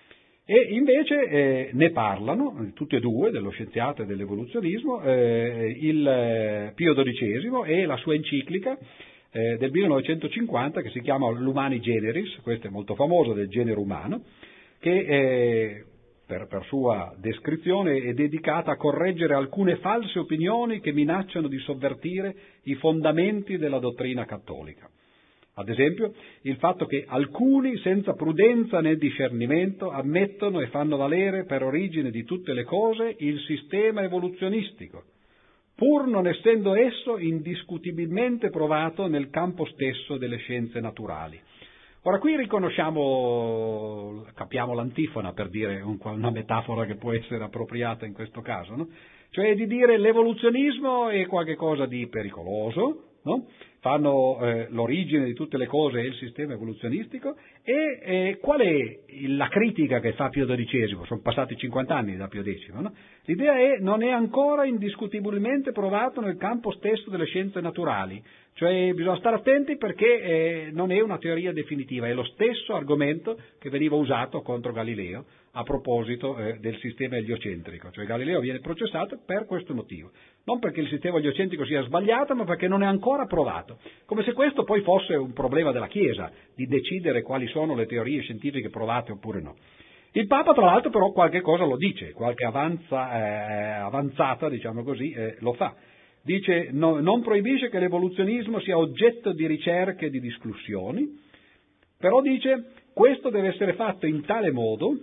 E invece eh, ne parlano, tutti e due, dello scienziato e dell'evoluzionismo, eh, il eh, Pio dodicesimo e la sua enciclica eh, del millenovecentocinquanta che si chiama L'Humani Generis, questo è molto famoso, del genere umano, che eh, per, per sua descrizione è dedicata a correggere alcune false opinioni che minacciano di sovvertire i fondamenti della dottrina cattolica. Ad esempio, il fatto che alcuni, senza prudenza né discernimento, ammettono e fanno valere per origine di tutte le cose il sistema evoluzionistico, pur non essendo esso indiscutibilmente provato nel campo stesso delle scienze naturali. Ora qui riconosciamo, capiamo l'antifona per dire un, una metafora che può essere appropriata in questo caso, no? Cioè di dire l'evoluzionismo è qualcosa di pericoloso, no? Fanno eh, l'origine di tutte le cose e il sistema evoluzionistico e eh, qual è la critica che fa Pio dodicesimo? Sono passati cinquanta anni da Pio decimo, no? L'idea è non è ancora indiscutibilmente provato nel campo stesso delle scienze naturali, cioè bisogna stare attenti perché eh, non è una teoria definitiva, è lo stesso argomento che veniva usato contro Galileo a proposito eh, del sistema eliocentrico, cioè Galileo viene processato per questo motivo, non perché il sistema eliocentrico sia sbagliato, ma perché non è ancora provato, come se questo poi fosse un problema della Chiesa, di decidere quali sono le teorie scientifiche provate oppure no. Il Papa, tra l'altro, però qualche cosa lo dice, qualche avanza, eh, avanzata, diciamo così, eh, lo fa. Dice, no, non proibisce che l'evoluzionismo sia oggetto di ricerche e di discussioni, però dice, questo deve essere fatto in tale modo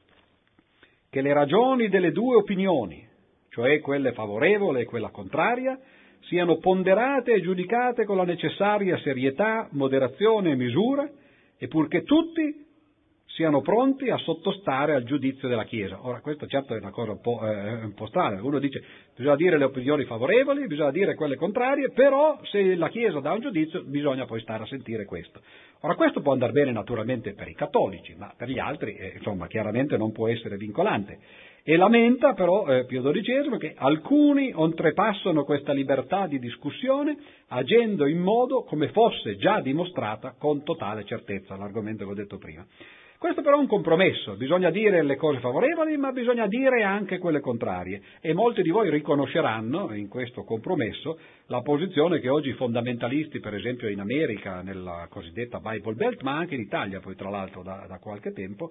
che le ragioni delle due opinioni, cioè quelle favorevole e quella contraria, siano ponderate e giudicate con la necessaria serietà, moderazione e misura, e purché tutti siano pronti a sottostare al giudizio della Chiesa. Ora, questa certo è una cosa un po', eh, un po' strana. Uno dice bisogna dire le opinioni favorevoli, bisogna dire quelle contrarie, però se la Chiesa dà un giudizio bisogna poi stare a sentire questo. Ora, questo può andare bene naturalmente per i cattolici, ma per gli altri, eh, insomma, chiaramente non può essere vincolante. E lamenta però eh, Pio dodicesimo che alcuni oltrepassano questa libertà di discussione agendo in modo come fosse già dimostrata con totale certezza, l'argomento che ho detto prima. Questo però è un compromesso, bisogna dire le cose favorevoli, ma bisogna dire anche quelle contrarie, e molti di voi riconosceranno in questo compromesso la posizione che oggi i fondamentalisti, per esempio in America, nella cosiddetta Bible Belt, ma anche in Italia, poi tra l'altro da, da qualche tempo,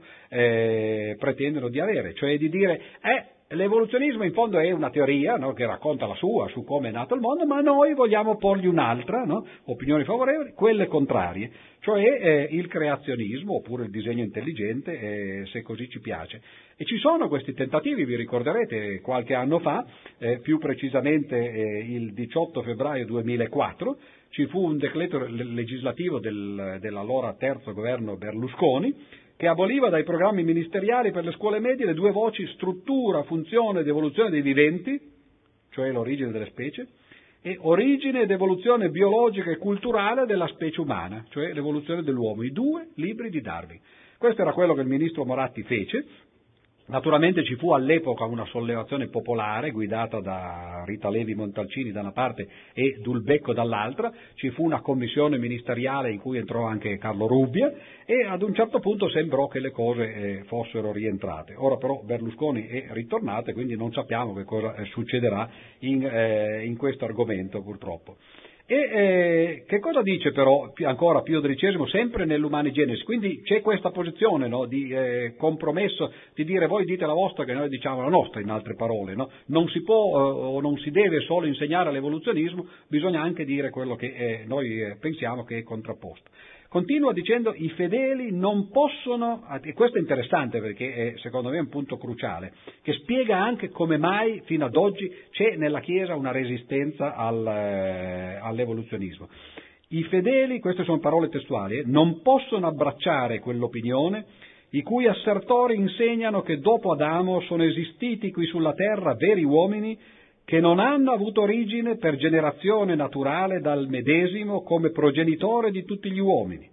eh, pretendono di avere, cioè di dire, eh, l'evoluzionismo in fondo è una teoria, no, che racconta la sua su come è nato il mondo, ma noi vogliamo porgli un'altra, no, opinioni favorevoli, quelle contrarie, cioè eh, il creazionismo oppure il disegno intelligente, eh, se così ci piace. E ci sono questi tentativi, vi ricorderete, qualche anno fa, eh, più precisamente eh, il diciotto febbraio duemilaquattro, ci fu un decreto legislativo del, dell'allora terzo governo Berlusconi, che aboliva dai programmi ministeriali per le scuole medie le due voci struttura, funzione ed evoluzione dei viventi, cioè l'origine delle specie, e origine ed evoluzione biologica e culturale della specie umana, cioè l'evoluzione dell'uomo, i due libri di Darwin. Questo era quello che il ministro Moratti fece. Naturalmente ci fu all'epoca una sollevazione popolare guidata da Rita Levi Montalcini da una parte e Dulbecco dall'altra, ci fu una commissione ministeriale in cui entrò anche Carlo Rubbia e ad un certo punto sembrò che le cose eh, fossero rientrate. Ora però Berlusconi è ritornato e quindi non sappiamo che cosa eh, succederà in, eh, in questo argomento purtroppo. E eh, che cosa dice però ancora Pio dodicesimo sempre nell'Humani Generis? Quindi c'è questa posizione, no, di eh, compromesso, di dire voi dite la vostra che noi diciamo la nostra, in altre parole, no? Non si può eh, o non si deve solo insegnare l'evoluzionismo, bisogna anche dire quello che eh, noi eh, pensiamo che è contrapposto. Continua dicendo i fedeli non possono, e questo è interessante perché è secondo me un punto cruciale, che spiega anche come mai fino ad oggi c'è nella Chiesa una resistenza al, eh, all'evoluzionismo. I fedeli, queste sono parole testuali, eh, non possono abbracciare quell'opinione i cui assertori insegnano che dopo Adamo sono esistiti qui sulla terra veri uomini che non hanno avuto origine per generazione naturale dal medesimo come progenitore di tutti gli uomini,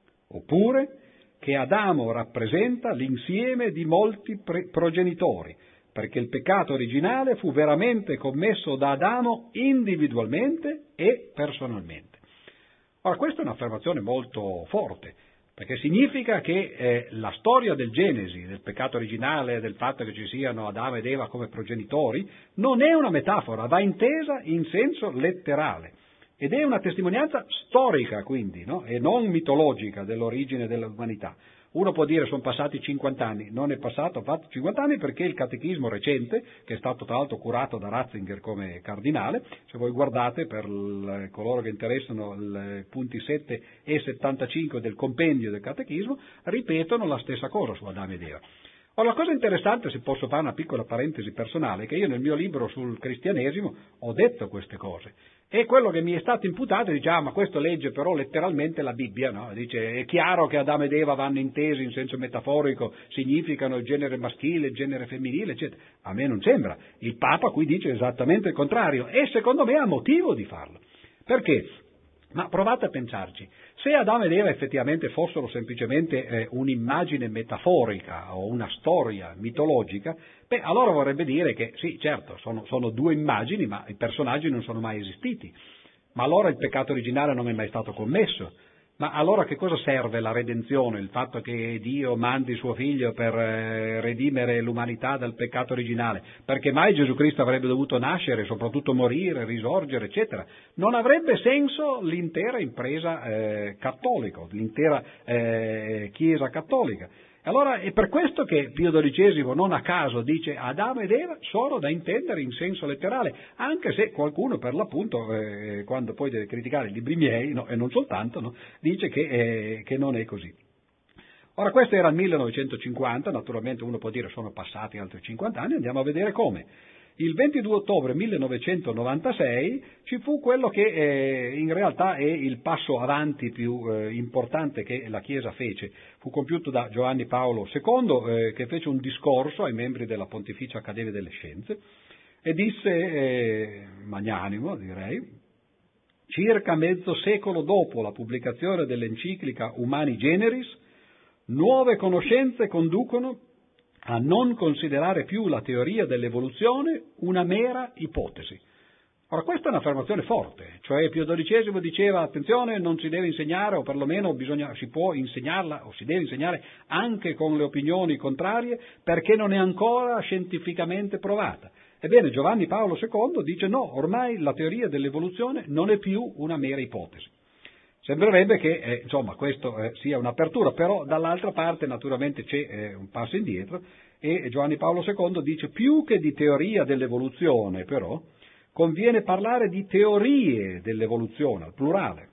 oppure che Adamo rappresenta l'insieme di molti pre- progenitori, perché il peccato originale fu veramente commesso da Adamo individualmente e personalmente. Ora, questa è un'affermazione molto forte, perché significa che eh, la storia del Genesi, del peccato originale, del fatto che ci siano Adamo ed Eva come progenitori, non è una metafora, va intesa in senso letterale. Ed è una testimonianza storica, quindi, no? E non mitologica dell'origine dell'umanità. Uno può dire sono passati cinquanta anni, non è passato fatto cinquanta anni perché il catechismo recente, che è stato tra l'altro curato da Ratzinger come cardinale, se voi guardate per il, coloro che interessano i punti sette e settantacinque del compendio del catechismo, ripetono la stessa cosa su Adamo ed Eva. Ora, la cosa interessante, se posso fare una piccola parentesi personale, è che io nel mio libro sul cristianesimo ho detto queste cose. E quello che mi è stato imputato dice, ah, ma questo legge però letteralmente la Bibbia, no? Dice, è chiaro che Adamo ed Eva vanno intesi in senso metaforico, significano il genere maschile, il genere femminile, eccetera. A me non sembra. Il Papa qui dice esattamente il contrario e secondo me ha motivo di farlo. Perché? Ma provate a pensarci, se Adamo ed Eva effettivamente fossero semplicemente eh, un'immagine metaforica o una storia mitologica, beh, allora vorrebbe dire che sì, certo, sono, sono due immagini, ma i personaggi non sono mai esistiti. Ma allora il peccato originale non è mai stato commesso. Ma allora che cosa serve la redenzione, il fatto che Dio mandi suo figlio per eh, redimere l'umanità dal peccato originale? Perché mai Gesù Cristo avrebbe dovuto nascere, soprattutto morire, risorgere, eccetera? Non avrebbe senso l'intera impresa eh, cattolica, l'intera eh, Chiesa cattolica. Allora è per questo che Pio dodicesimo non a caso dice Adamo ed Eva sono da intendere in senso letterale, anche se qualcuno per l'appunto, eh, quando poi deve criticare i libri miei, no, e non soltanto, no, dice che, eh, che non è così. Ora questo era il millenovecentocinquanta, naturalmente uno può dire sono passati altri cinquanta anni, andiamo a vedere come. Il ventidue ottobre millenovecentonovantasei ci fu quello che eh, in realtà è il passo avanti più eh, importante che la Chiesa fece. Fu compiuto da Giovanni Paolo secondo eh, che fece un discorso ai membri della Pontificia Accademia delle Scienze e disse, eh, magnanimo direi, circa mezzo secolo dopo la pubblicazione dell'enciclica Humani Generis, nuove conoscenze conducono a non considerare più la teoria dell'evoluzione una mera ipotesi. Ora questa è un'affermazione forte, cioè Pio dodicesimo diceva attenzione non si deve insegnare o perlomeno bisogna, si può insegnarla o si deve insegnare anche con le opinioni contrarie perché non è ancora scientificamente provata. Ebbene Giovanni Paolo secondo dice no, ormai la teoria dell'evoluzione non è più una mera ipotesi. Sembrerebbe che eh, insomma questo eh, sia un'apertura, però dall'altra parte naturalmente c'è eh, un passo indietro e Giovanni Paolo secondo dice più che di teoria dell'evoluzione però conviene parlare di teorie dell'evoluzione, al plurale,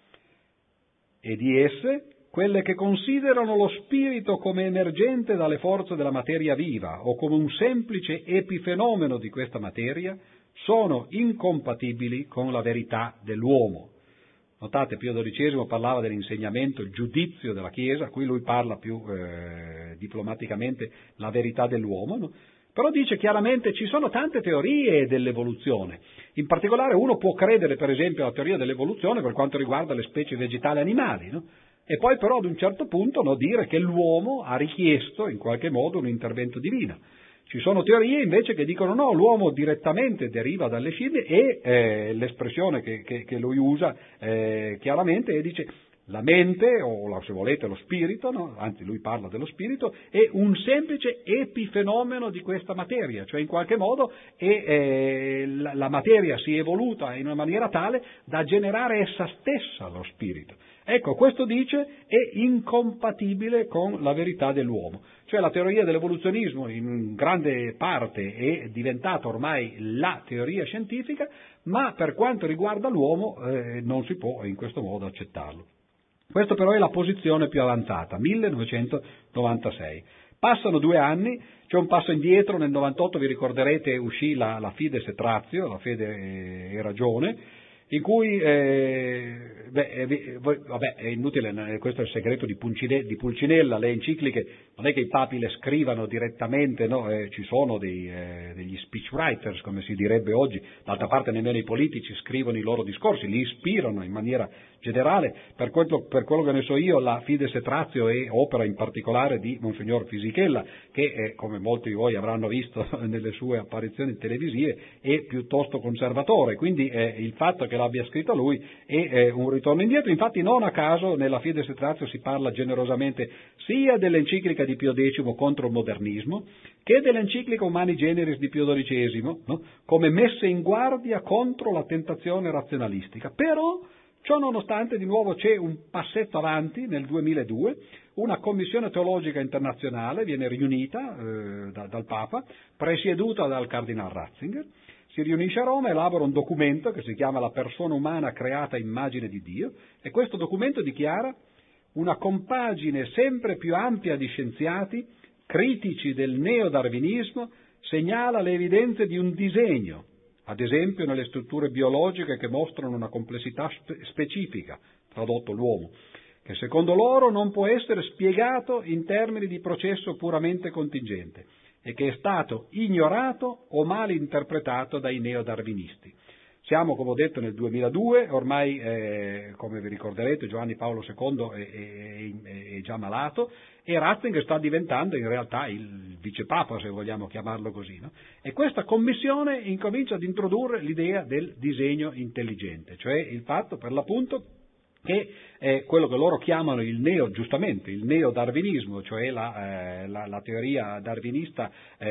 e di esse quelle che considerano lo spirito come emergente dalle forze della materia viva o come un semplice epifenomeno di questa materia sono incompatibili con la verità dell'uomo. Notate, Pio dodicesimo parlava dell'insegnamento, il giudizio della Chiesa, qui lui parla più eh, diplomaticamente la verità dell'uomo, no? Però dice chiaramente ci sono tante teorie dell'evoluzione, in particolare uno può credere per esempio alla teoria dell'evoluzione per quanto riguarda le specie vegetali e animali, no? E poi però ad un certo punto no, dire che l'uomo ha richiesto in qualche modo un intervento divino. Ci sono teorie invece che dicono no, l'uomo direttamente deriva dalle scimmie e eh, l'espressione che, che, che lui usa eh, chiaramente e dice la mente, o la, se volete lo spirito, no? Anzi lui parla dello spirito, è un semplice epifenomeno di questa materia, cioè in qualche modo è, eh, la, la materia si è evoluta in una maniera tale da generare essa stessa lo spirito. Ecco, questo dice è incompatibile con la verità dell'uomo. Cioè la teoria dell'evoluzionismo in grande parte è diventata ormai la teoria scientifica, ma per quanto riguarda l'uomo eh, non si può in questo modo accettarlo. Questa però è la posizione più avanzata, millenovecentonovantasei. Passano due anni, c'è un passo indietro, nel novantotto vi ricorderete uscì la, la Fides et Ratio, la fede e ragione, in cui, eh, beh, vabbè, è inutile, questo è il segreto di, Puncine, di Pulcinella, le encicliche non è che i papi le scrivano direttamente, no? eh, ci sono dei, eh, degli speechwriters, come si direbbe oggi, d'altra parte nemmeno i politici scrivono i loro discorsi, li ispirano in maniera generale, per quello, per quello che ne so io la Fides et Ratio è opera in particolare di Monsignor Fisichella, che eh, come molti di voi avranno visto nelle sue apparizioni televisive è piuttosto conservatore, quindi eh, il fatto che la l'abbia scritta lui, e eh, un ritorno indietro. Infatti non a caso nella Fides et Ratio si parla generosamente sia dell'enciclica di Pio X contro il modernismo che dell'enciclica Humani Generis di Pio dodicesimo, no? Come messe in guardia contro la tentazione razionalistica. Però, ciò nonostante, di nuovo c'è un passetto avanti nel duemiladue, una commissione teologica internazionale viene riunita eh, da, dal Papa, presieduta dal Cardinal Ratzinger, si riunisce a Roma, elabora un documento che si chiama La persona umana creata a immagine di Dio, e questo documento dichiara una compagine sempre più ampia di scienziati, critici del neodarwinismo, segnala le evidenze di un disegno, ad esempio nelle strutture biologiche che mostrano una complessità spe- specifica, tradotto l'uomo, che secondo loro non può essere spiegato in termini di processo puramente contingente e che è stato ignorato o mal interpretato dai neodarwinisti. Siamo, come ho detto, nel duemiladue, ormai, eh, come vi ricorderete, Giovanni Paolo secondo è, è, è già malato, e Ratzinger sta diventando in realtà il vicepapa, se vogliamo chiamarlo così, no? E questa commissione incomincia ad introdurre l'idea del disegno intelligente, cioè il fatto, per l'appunto, che è quello che loro chiamano il neo, giustamente, il neodarwinismo, cioè la, eh, la, la teoria darwinista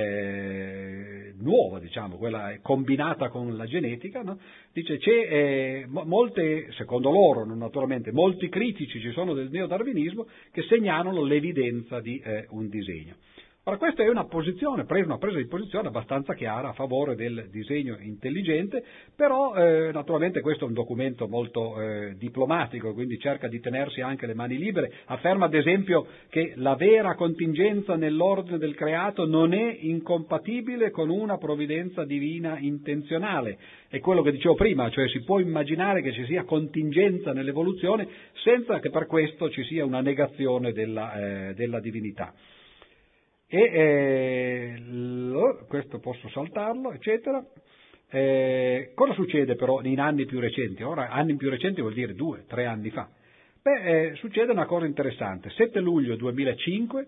eh, nuova, diciamo, quella combinata con la genetica, no? Dice c'è eh, molte, secondo loro, naturalmente, molti critici ci sono del neodarwinismo che segnalano l'evidenza di eh, un disegno. Ora, questa è una posizione, una presa di posizione abbastanza chiara a favore del disegno intelligente, però eh, naturalmente questo è un documento molto eh, diplomatico, quindi cerca di tenersi anche le mani libere. Afferma ad esempio che la vera contingenza nell'ordine del creato non è incompatibile con una provvidenza divina intenzionale. È quello che dicevo prima, cioè si può immaginare che ci sia contingenza nell'evoluzione senza che per questo ci sia una negazione della, eh, della divinità. E eh, lo, questo posso saltarlo, eccetera. Eh, cosa succede però in anni più recenti? Ora, anni più recenti vuol dire due, tre anni fa. Beh, eh, succede una cosa interessante. sette luglio duemilacinque,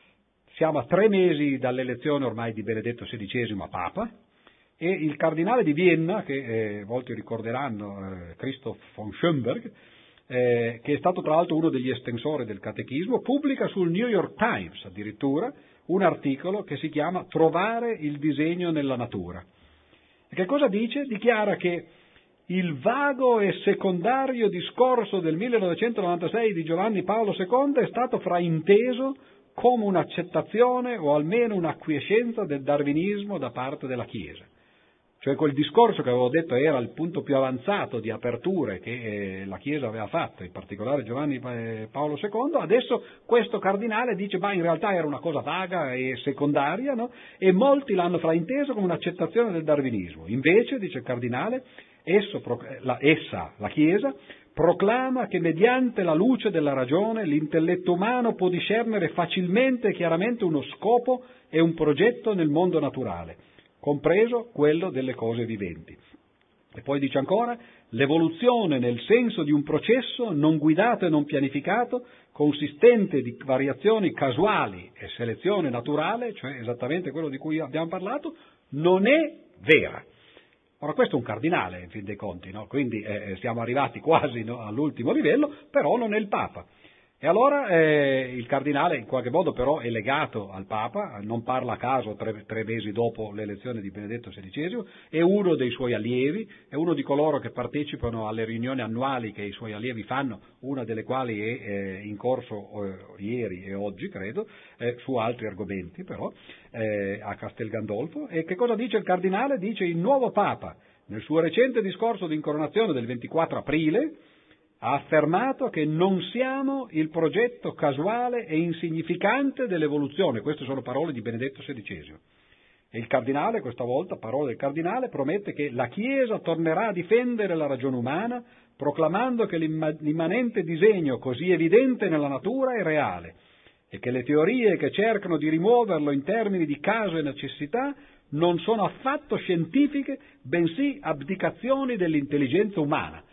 siamo a tre mesi dall'elezione ormai di Benedetto sedicesimo a Papa, e il cardinale di Vienna, che eh, molti ricorderanno, eh, Christoph von Schönberg, eh, che è stato tra l'altro uno degli estensori del catechismo, pubblica sul New York Times addirittura un articolo che si chiama Trovare il disegno nella natura. E che cosa dice? Dichiara che il vago e secondario discorso del millenovecentonovantasei di Giovanni Paolo secondo è stato frainteso come un'accettazione o almeno un'acquiescenza del darwinismo da parte della Chiesa. Cioè quel discorso che avevo detto era il punto più avanzato di aperture che eh, la Chiesa aveva fatto, in particolare Giovanni eh, Paolo secondo, adesso questo cardinale dice ma in realtà era una cosa vaga e secondaria, no? E molti l'hanno frainteso come un'accettazione del darwinismo. Invece, dice il cardinale, esso, la, essa, la Chiesa, proclama che mediante la luce della ragione l'intelletto umano può discernere facilmente e chiaramente uno scopo e un progetto nel mondo naturale, compreso quello delle cose viventi. E poi dice ancora, l'evoluzione nel senso di un processo non guidato e non pianificato, consistente di variazioni casuali e selezione naturale, cioè esattamente quello di cui abbiamo parlato, non è vera. Ora questo è un cardinale, in fin dei conti, no? Quindi eh, siamo arrivati quasi, no, all'ultimo livello, però non è il Papa. E allora eh, il cardinale in qualche modo però è legato al Papa, non parla a caso tre, tre mesi dopo l'elezione di Benedetto sedicesimo, è uno dei suoi allievi, è uno di coloro che partecipano alle riunioni annuali che i suoi allievi fanno, una delle quali è eh, in corso eh, ieri e oggi, credo, eh, su altri argomenti però, eh, a Castel Gandolfo. E che cosa dice il cardinale? Dice il nuovo Papa, nel suo recente discorso di incoronazione del ventiquattro aprile, ha affermato che non siamo il progetto casuale e insignificante dell'evoluzione. Queste sono parole di Benedetto sedicesimo. E il cardinale, questa volta, parole del cardinale, promette che la Chiesa tornerà a difendere la ragione umana, proclamando che l'immanente disegno così evidente nella natura è reale e che le teorie che cercano di rimuoverlo in termini di caso e necessità non sono affatto scientifiche, bensì abdicazioni dell'intelligenza umana.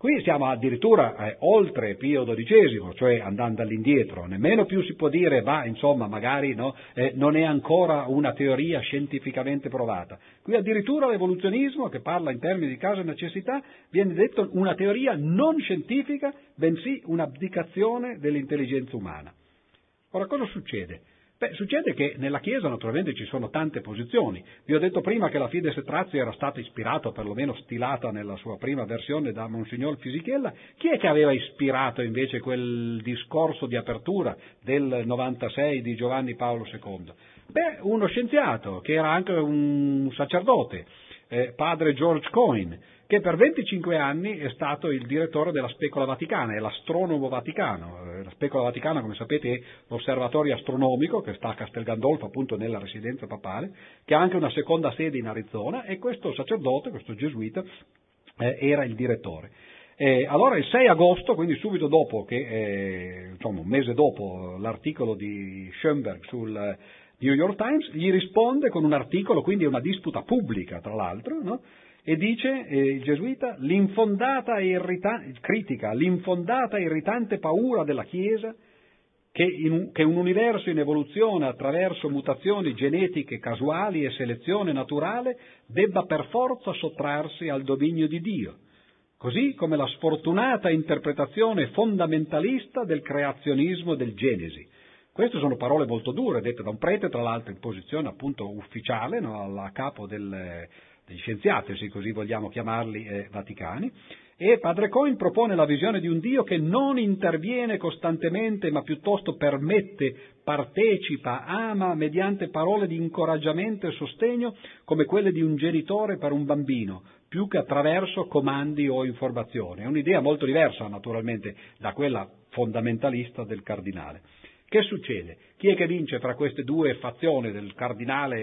Qui siamo addirittura eh, oltre Pio dodicesimo, cioè andando all'indietro, nemmeno più si può dire, ma insomma magari no, eh, non è ancora una teoria scientificamente provata. Qui addirittura l'evoluzionismo, che parla in termini di causa e necessità, viene detto una teoria non scientifica, bensì un'abdicazione dell'intelligenza umana. Ora cosa succede? Beh, succede che nella Chiesa naturalmente ci sono tante posizioni. Vi ho detto prima che la Fides et Ratio era stata ispirata, o perlomeno stilata nella sua prima versione, da Monsignor Fisichella. Chi è che aveva ispirato invece quel discorso di apertura del novantasei di Giovanni Paolo secondo? Beh, uno scienziato, che era anche un sacerdote, eh, padre George Coyne, che per venticinque anni è stato il direttore della Specola Vaticana, è l'astronomo vaticano. La Specola Vaticana, come sapete, è l'osservatorio astronomico che sta a Castel Gandolfo, appunto nella residenza papale, che ha anche una seconda sede in Arizona, e questo sacerdote, questo gesuita, eh, era il direttore. Eh, allora il sei agosto, quindi subito dopo che, eh, insomma un mese dopo l'articolo di Schoenberg sul New York Times, gli risponde con un articolo, quindi è una disputa pubblica tra l'altro, no? E dice eh, il gesuita, l'infondata e irrita- critica l'infondata e irritante paura della Chiesa che, in, che un universo in evoluzione attraverso mutazioni genetiche casuali e selezione naturale debba per forza sottrarsi al dominio di Dio, così come la sfortunata interpretazione fondamentalista del creazionismo del Genesi. Queste sono parole molto dure, dette da un prete, tra l'altro in posizione appunto ufficiale, no, a capo del, degli scienziati, se così vogliamo chiamarli, eh, vaticani. E padre Coyne propone la visione di un Dio che non interviene costantemente, ma piuttosto permette, partecipa, ama mediante parole di incoraggiamento e sostegno come quelle di un genitore per un bambino, più che attraverso comandi o informazioni. È un'idea molto diversa naturalmente da quella fondamentalista del cardinale. Che succede? Chi è che vince fra queste due fazioni, del cardinale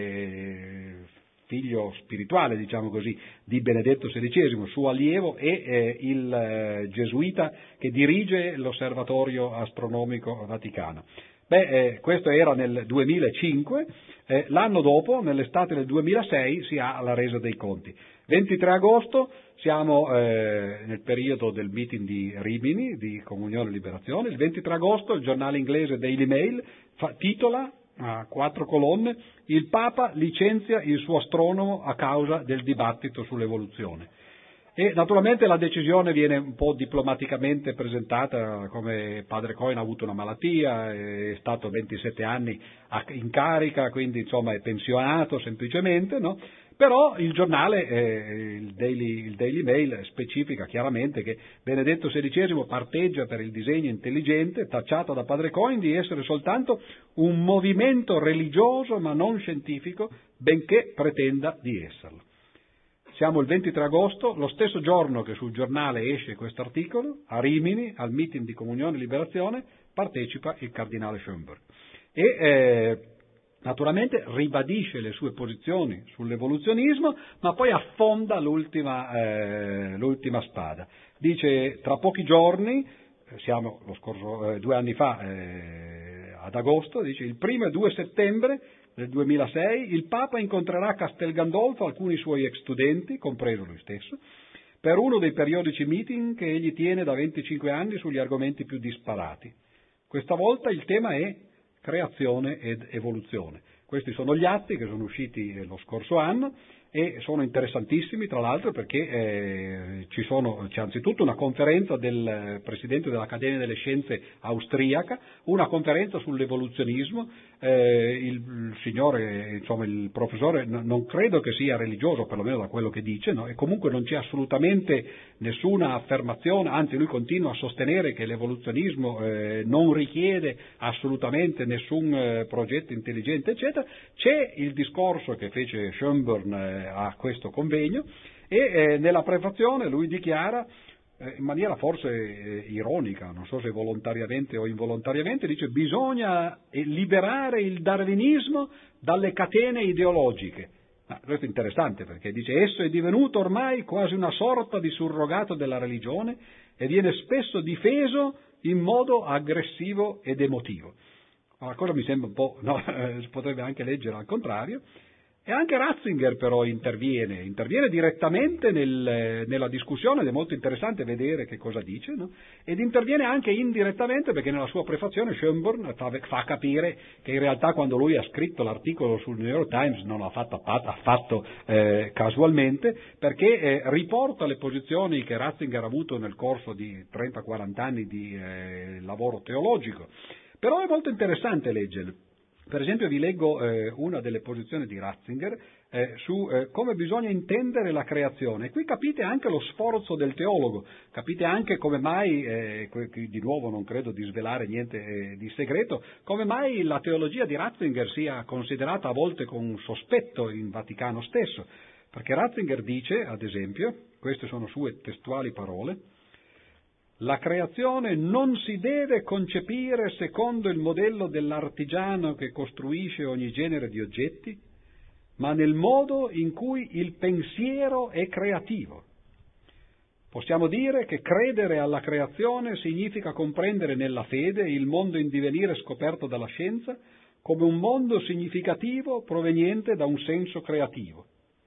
eh, figlio spirituale, diciamo così, di Benedetto sedicesimo, suo allievo, e eh, il eh, gesuita che dirige l'osservatorio astronomico vaticano? Beh, eh, questo era nel duemilacinque, eh, l'anno dopo, nell'estate del duemilasei, si ha la resa dei conti. ventitré agosto, siamo eh, nel periodo del meeting di Rimini, di Comunione e Liberazione. Il ventitré agosto il giornale inglese Daily Mail fa, titola a quattro colonne: il Papa licenzia il suo astronomo a causa del dibattito sull'evoluzione. E naturalmente la decisione viene un po' diplomaticamente presentata come padre Coyne ha avuto una malattia, è stato ventisette anni in carica, quindi insomma è pensionato semplicemente, no? Però il giornale, eh, il, Daily, il Daily Mail, specifica chiaramente che Benedetto sedicesimo parteggia per il disegno intelligente, tacciato da padre Coyne di essere soltanto un movimento religioso ma non scientifico, benché pretenda di esserlo. Siamo il ventitré agosto, lo stesso giorno che sul giornale esce questo articolo, a Rimini, al meeting di Comunione e Liberazione, partecipa il cardinale Schoenberg. E eh, naturalmente ribadisce le sue posizioni sull'evoluzionismo, ma poi affonda l'ultima, eh, l'ultima spada. Dice, tra pochi giorni, siamo lo scorso, eh, due anni fa, eh, ad agosto, dice, il primo e due settembre del duemilasei, il Papa incontrerà a Castel Gandolfo alcuni suoi ex studenti, compreso lui stesso, per uno dei periodici meeting che egli tiene da venticinque anni sugli argomenti più disparati. Questa volta il tema è creazione ed evoluzione. Questi sono gli atti che sono usciti lo scorso anno e sono interessantissimi, tra l'altro, perché eh, ci sono, c'è anzitutto una conferenza del Presidente dell'Accademia delle Scienze austriaca, una conferenza sull'evoluzionismo, eh, il, il signore, insomma il professore, n- non credo che sia religioso, perlomeno da quello che dice, no? E comunque non c'è assolutamente nessuna affermazione, anzi lui continua a sostenere che l'evoluzionismo eh, non richiede assolutamente nessun eh, progetto intelligente, eccetera. C'è il discorso che fece Schoenberg eh, a questo convegno e eh, nella prefazione lui dichiara eh, in maniera forse eh, ironica, non so se volontariamente o involontariamente, dice bisogna eh, liberare il darwinismo dalle catene ideologiche. Ma questo è interessante perché dice esso è divenuto ormai quasi una sorta di surrogato della religione e viene spesso difeso in modo aggressivo ed emotivo. La cosa mi sembra un po', no, si potrebbe anche leggere al contrario. E anche Ratzinger però interviene, interviene direttamente nel, nella discussione, ed è molto interessante vedere che cosa dice, no? Ed interviene anche indirettamente perché nella sua prefazione Schönborn fa, fa capire che in realtà quando lui ha scritto l'articolo sul New York Times non l'ha fatto affatto eh, casualmente, perché eh, riporta le posizioni che Ratzinger ha avuto nel corso di trenta quaranta anni di eh, lavoro teologico. Però è molto interessante leggerlo. Per esempio vi leggo eh, una delle posizioni di Ratzinger eh, su eh, come bisogna intendere la creazione. E qui capite anche lo sforzo del teologo, capite anche come mai, eh, di nuovo non credo di svelare niente eh, di segreto, come mai la teologia di Ratzinger sia considerata a volte con sospetto in Vaticano stesso. Perché Ratzinger dice, ad esempio, queste sono sue testuali parole: la creazione non si deve concepire secondo il modello dell'artigiano che costruisce ogni genere di oggetti, ma nel modo in cui il pensiero è creativo. Possiamo dire che credere alla creazione significa comprendere nella fede il mondo in divenire scoperto dalla scienza come un mondo significativo proveniente da un senso creativo.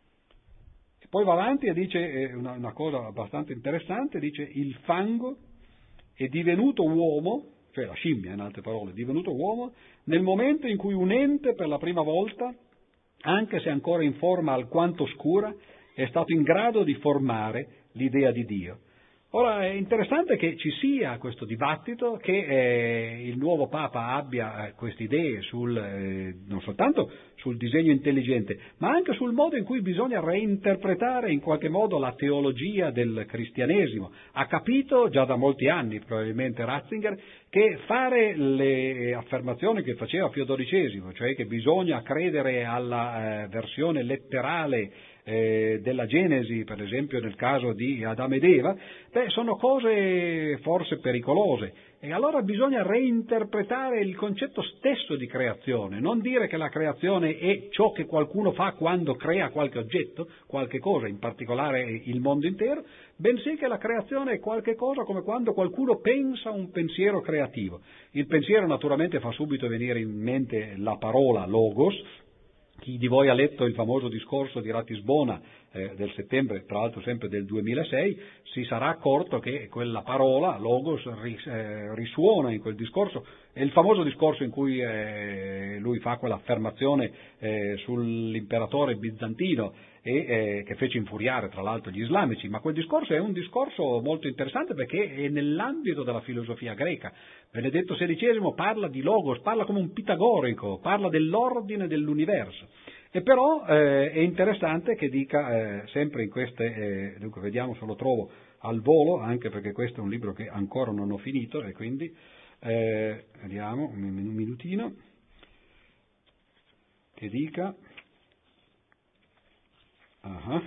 Poi va avanti e dice una, una cosa abbastanza interessante, dice: il fango è divenuto uomo, cioè la scimmia in altre parole, è divenuto uomo nel momento in cui un ente per la prima volta, anche se ancora in forma alquanto oscura, è stato in grado di formare l'idea di Dio. Ora è interessante che ci sia questo dibattito, che eh, il nuovo Papa abbia eh, queste idee sul, eh, non soltanto sul disegno intelligente, ma anche sul modo in cui bisogna reinterpretare in qualche modo la teologia del cristianesimo. Ha capito già da molti anni, probabilmente Ratzinger, che fare le affermazioni che faceva Pio dodicesimo, cioè che bisogna credere alla eh, versione letterale Eh, della Genesi, per esempio nel caso di Adamo ed Eva, beh, sono cose forse pericolose, e allora bisogna reinterpretare il concetto stesso di creazione, non dire che la creazione è ciò che qualcuno fa quando crea qualche oggetto, qualche cosa, in particolare il mondo intero, bensì che la creazione è qualche cosa come quando qualcuno pensa un pensiero creativo. Il pensiero naturalmente fa subito venire in mente la parola logos. Chi di voi ha letto il famoso discorso di Ratisbona eh, del settembre, tra l'altro sempre del duemilasei, si sarà accorto che quella parola, logos, ris, eh, risuona in quel discorso. È il famoso discorso in cui eh, lui fa quell'affermazione eh, sull'imperatore bizantino e eh, che fece infuriare tra l'altro gli islamici, ma quel discorso è un discorso molto interessante perché è nell'ambito della filosofia greca. Benedetto sedicesimo parla di logos, parla come un pitagorico, parla dell'ordine dell'universo. E però eh, è interessante che dica eh, sempre in queste, eh, dunque vediamo se lo trovo al volo, anche perché questo è un libro che ancora non ho finito, e quindi eh, vediamo un, un minutino, che dica, uh-huh.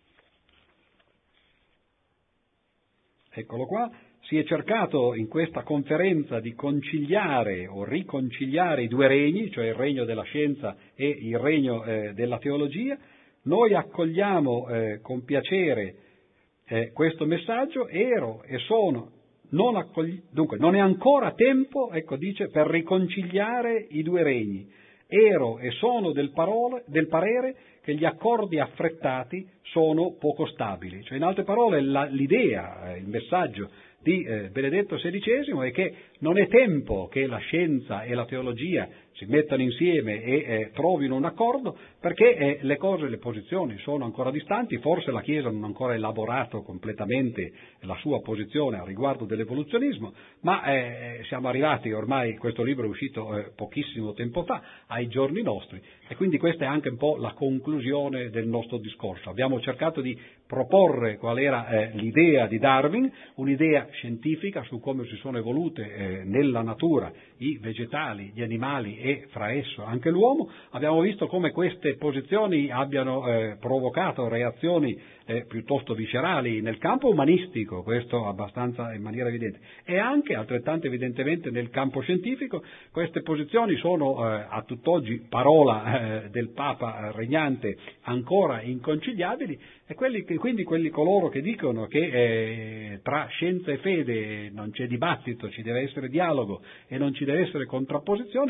Eccolo qua. Si è cercato in questa conferenza di conciliare o riconciliare i due regni, cioè il regno della scienza e il regno eh, della teologia. Noi accogliamo eh, con piacere eh, questo messaggio. Ero e sono, non accogli- dunque non è ancora tempo, ecco dice, per riconciliare i due regni. Ero e sono del, parole, del parere che gli accordi affrettati sono poco stabili. Cioè, in altre parole, la, l'idea, eh, il messaggio di eh, Benedetto sedicesimo è che non è tempo che la scienza e la teologia si mettano insieme e eh, trovino un accordo, perché eh, le cose, le posizioni sono ancora distanti. Forse la Chiesa non ha ancora elaborato completamente la sua posizione a riguardo dell'evoluzionismo, ma eh, siamo arrivati ormai, questo libro è uscito eh, pochissimo tempo fa, ai giorni nostri, e quindi questa è anche un po' la conclusione del nostro discorso. Abbiamo cercato di proporre qual era eh, l'idea di Darwin, un'idea scientifica su come si sono evolute eh, nella natura i vegetali, gli animali e fra esso anche l'uomo. Abbiamo visto come queste posizioni abbiano eh, provocato reazioni eh, piuttosto viscerali nel campo umanistico, questo abbastanza in maniera evidente, e anche altrettanto evidentemente nel campo scientifico. Queste posizioni sono eh, a tutt'oggi, parola eh, del Papa regnante, ancora inconciliabili, e quelli che, quindi quelli coloro che dicono che eh, tra scienza e fede non c'è dibattito, ci deve essere dialogo e non ci deve essere contrapposizione,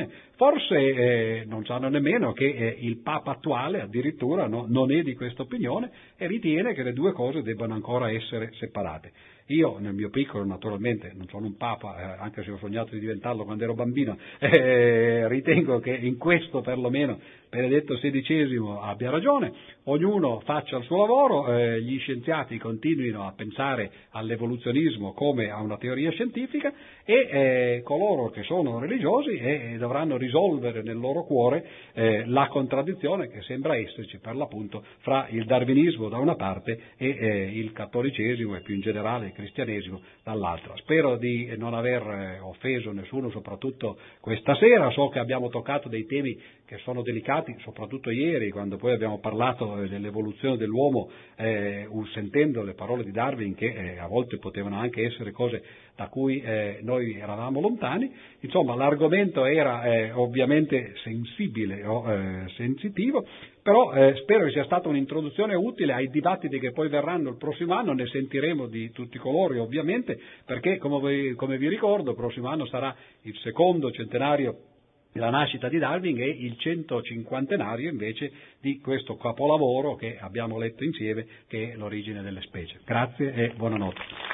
forse eh, non sanno nemmeno che eh, il Papa attuale addirittura no, non è di questa opinione e ritiene che le due cose debbano ancora essere separate. Io nel mio piccolo naturalmente non sono un Papa, eh, anche se ho sognato di diventarlo quando ero bambino, eh, ritengo che in questo perlomeno Benedetto sedicesimo abbia ragione, ognuno faccia il suo lavoro, eh, gli scienziati continuino a pensare all'evoluzionismo come a una teoria scientifica e eh, coloro che sono religiosi eh, dovranno risolvere nel loro cuore eh, la contraddizione che sembra esserci per l'appunto fra il darwinismo da una parte e eh, il cattolicesimo e più in generale il cristianesimo dall'altra. Spero di non aver eh, offeso nessuno, soprattutto questa sera. So che abbiamo toccato dei temi che sono delicati, soprattutto ieri, quando poi abbiamo parlato eh, dell'evoluzione dell'uomo, eh, sentendo le parole di Darwin, che eh, a volte potevano anche essere cose da cui eh, noi eravamo lontani. Insomma, l'argomento era eh, ovviamente sensibile o eh, sensitivo, però eh, spero che sia stata un'introduzione utile ai dibattiti che poi verranno il prossimo anno. Ne sentiremo di tutti i colori ovviamente, perché come vi, come vi ricordo il prossimo anno sarà il secondo centenario della nascita di Darwin e il centocinquantenario invece di questo capolavoro che abbiamo letto insieme, che è L'origine delle specie. Grazie e buonanotte.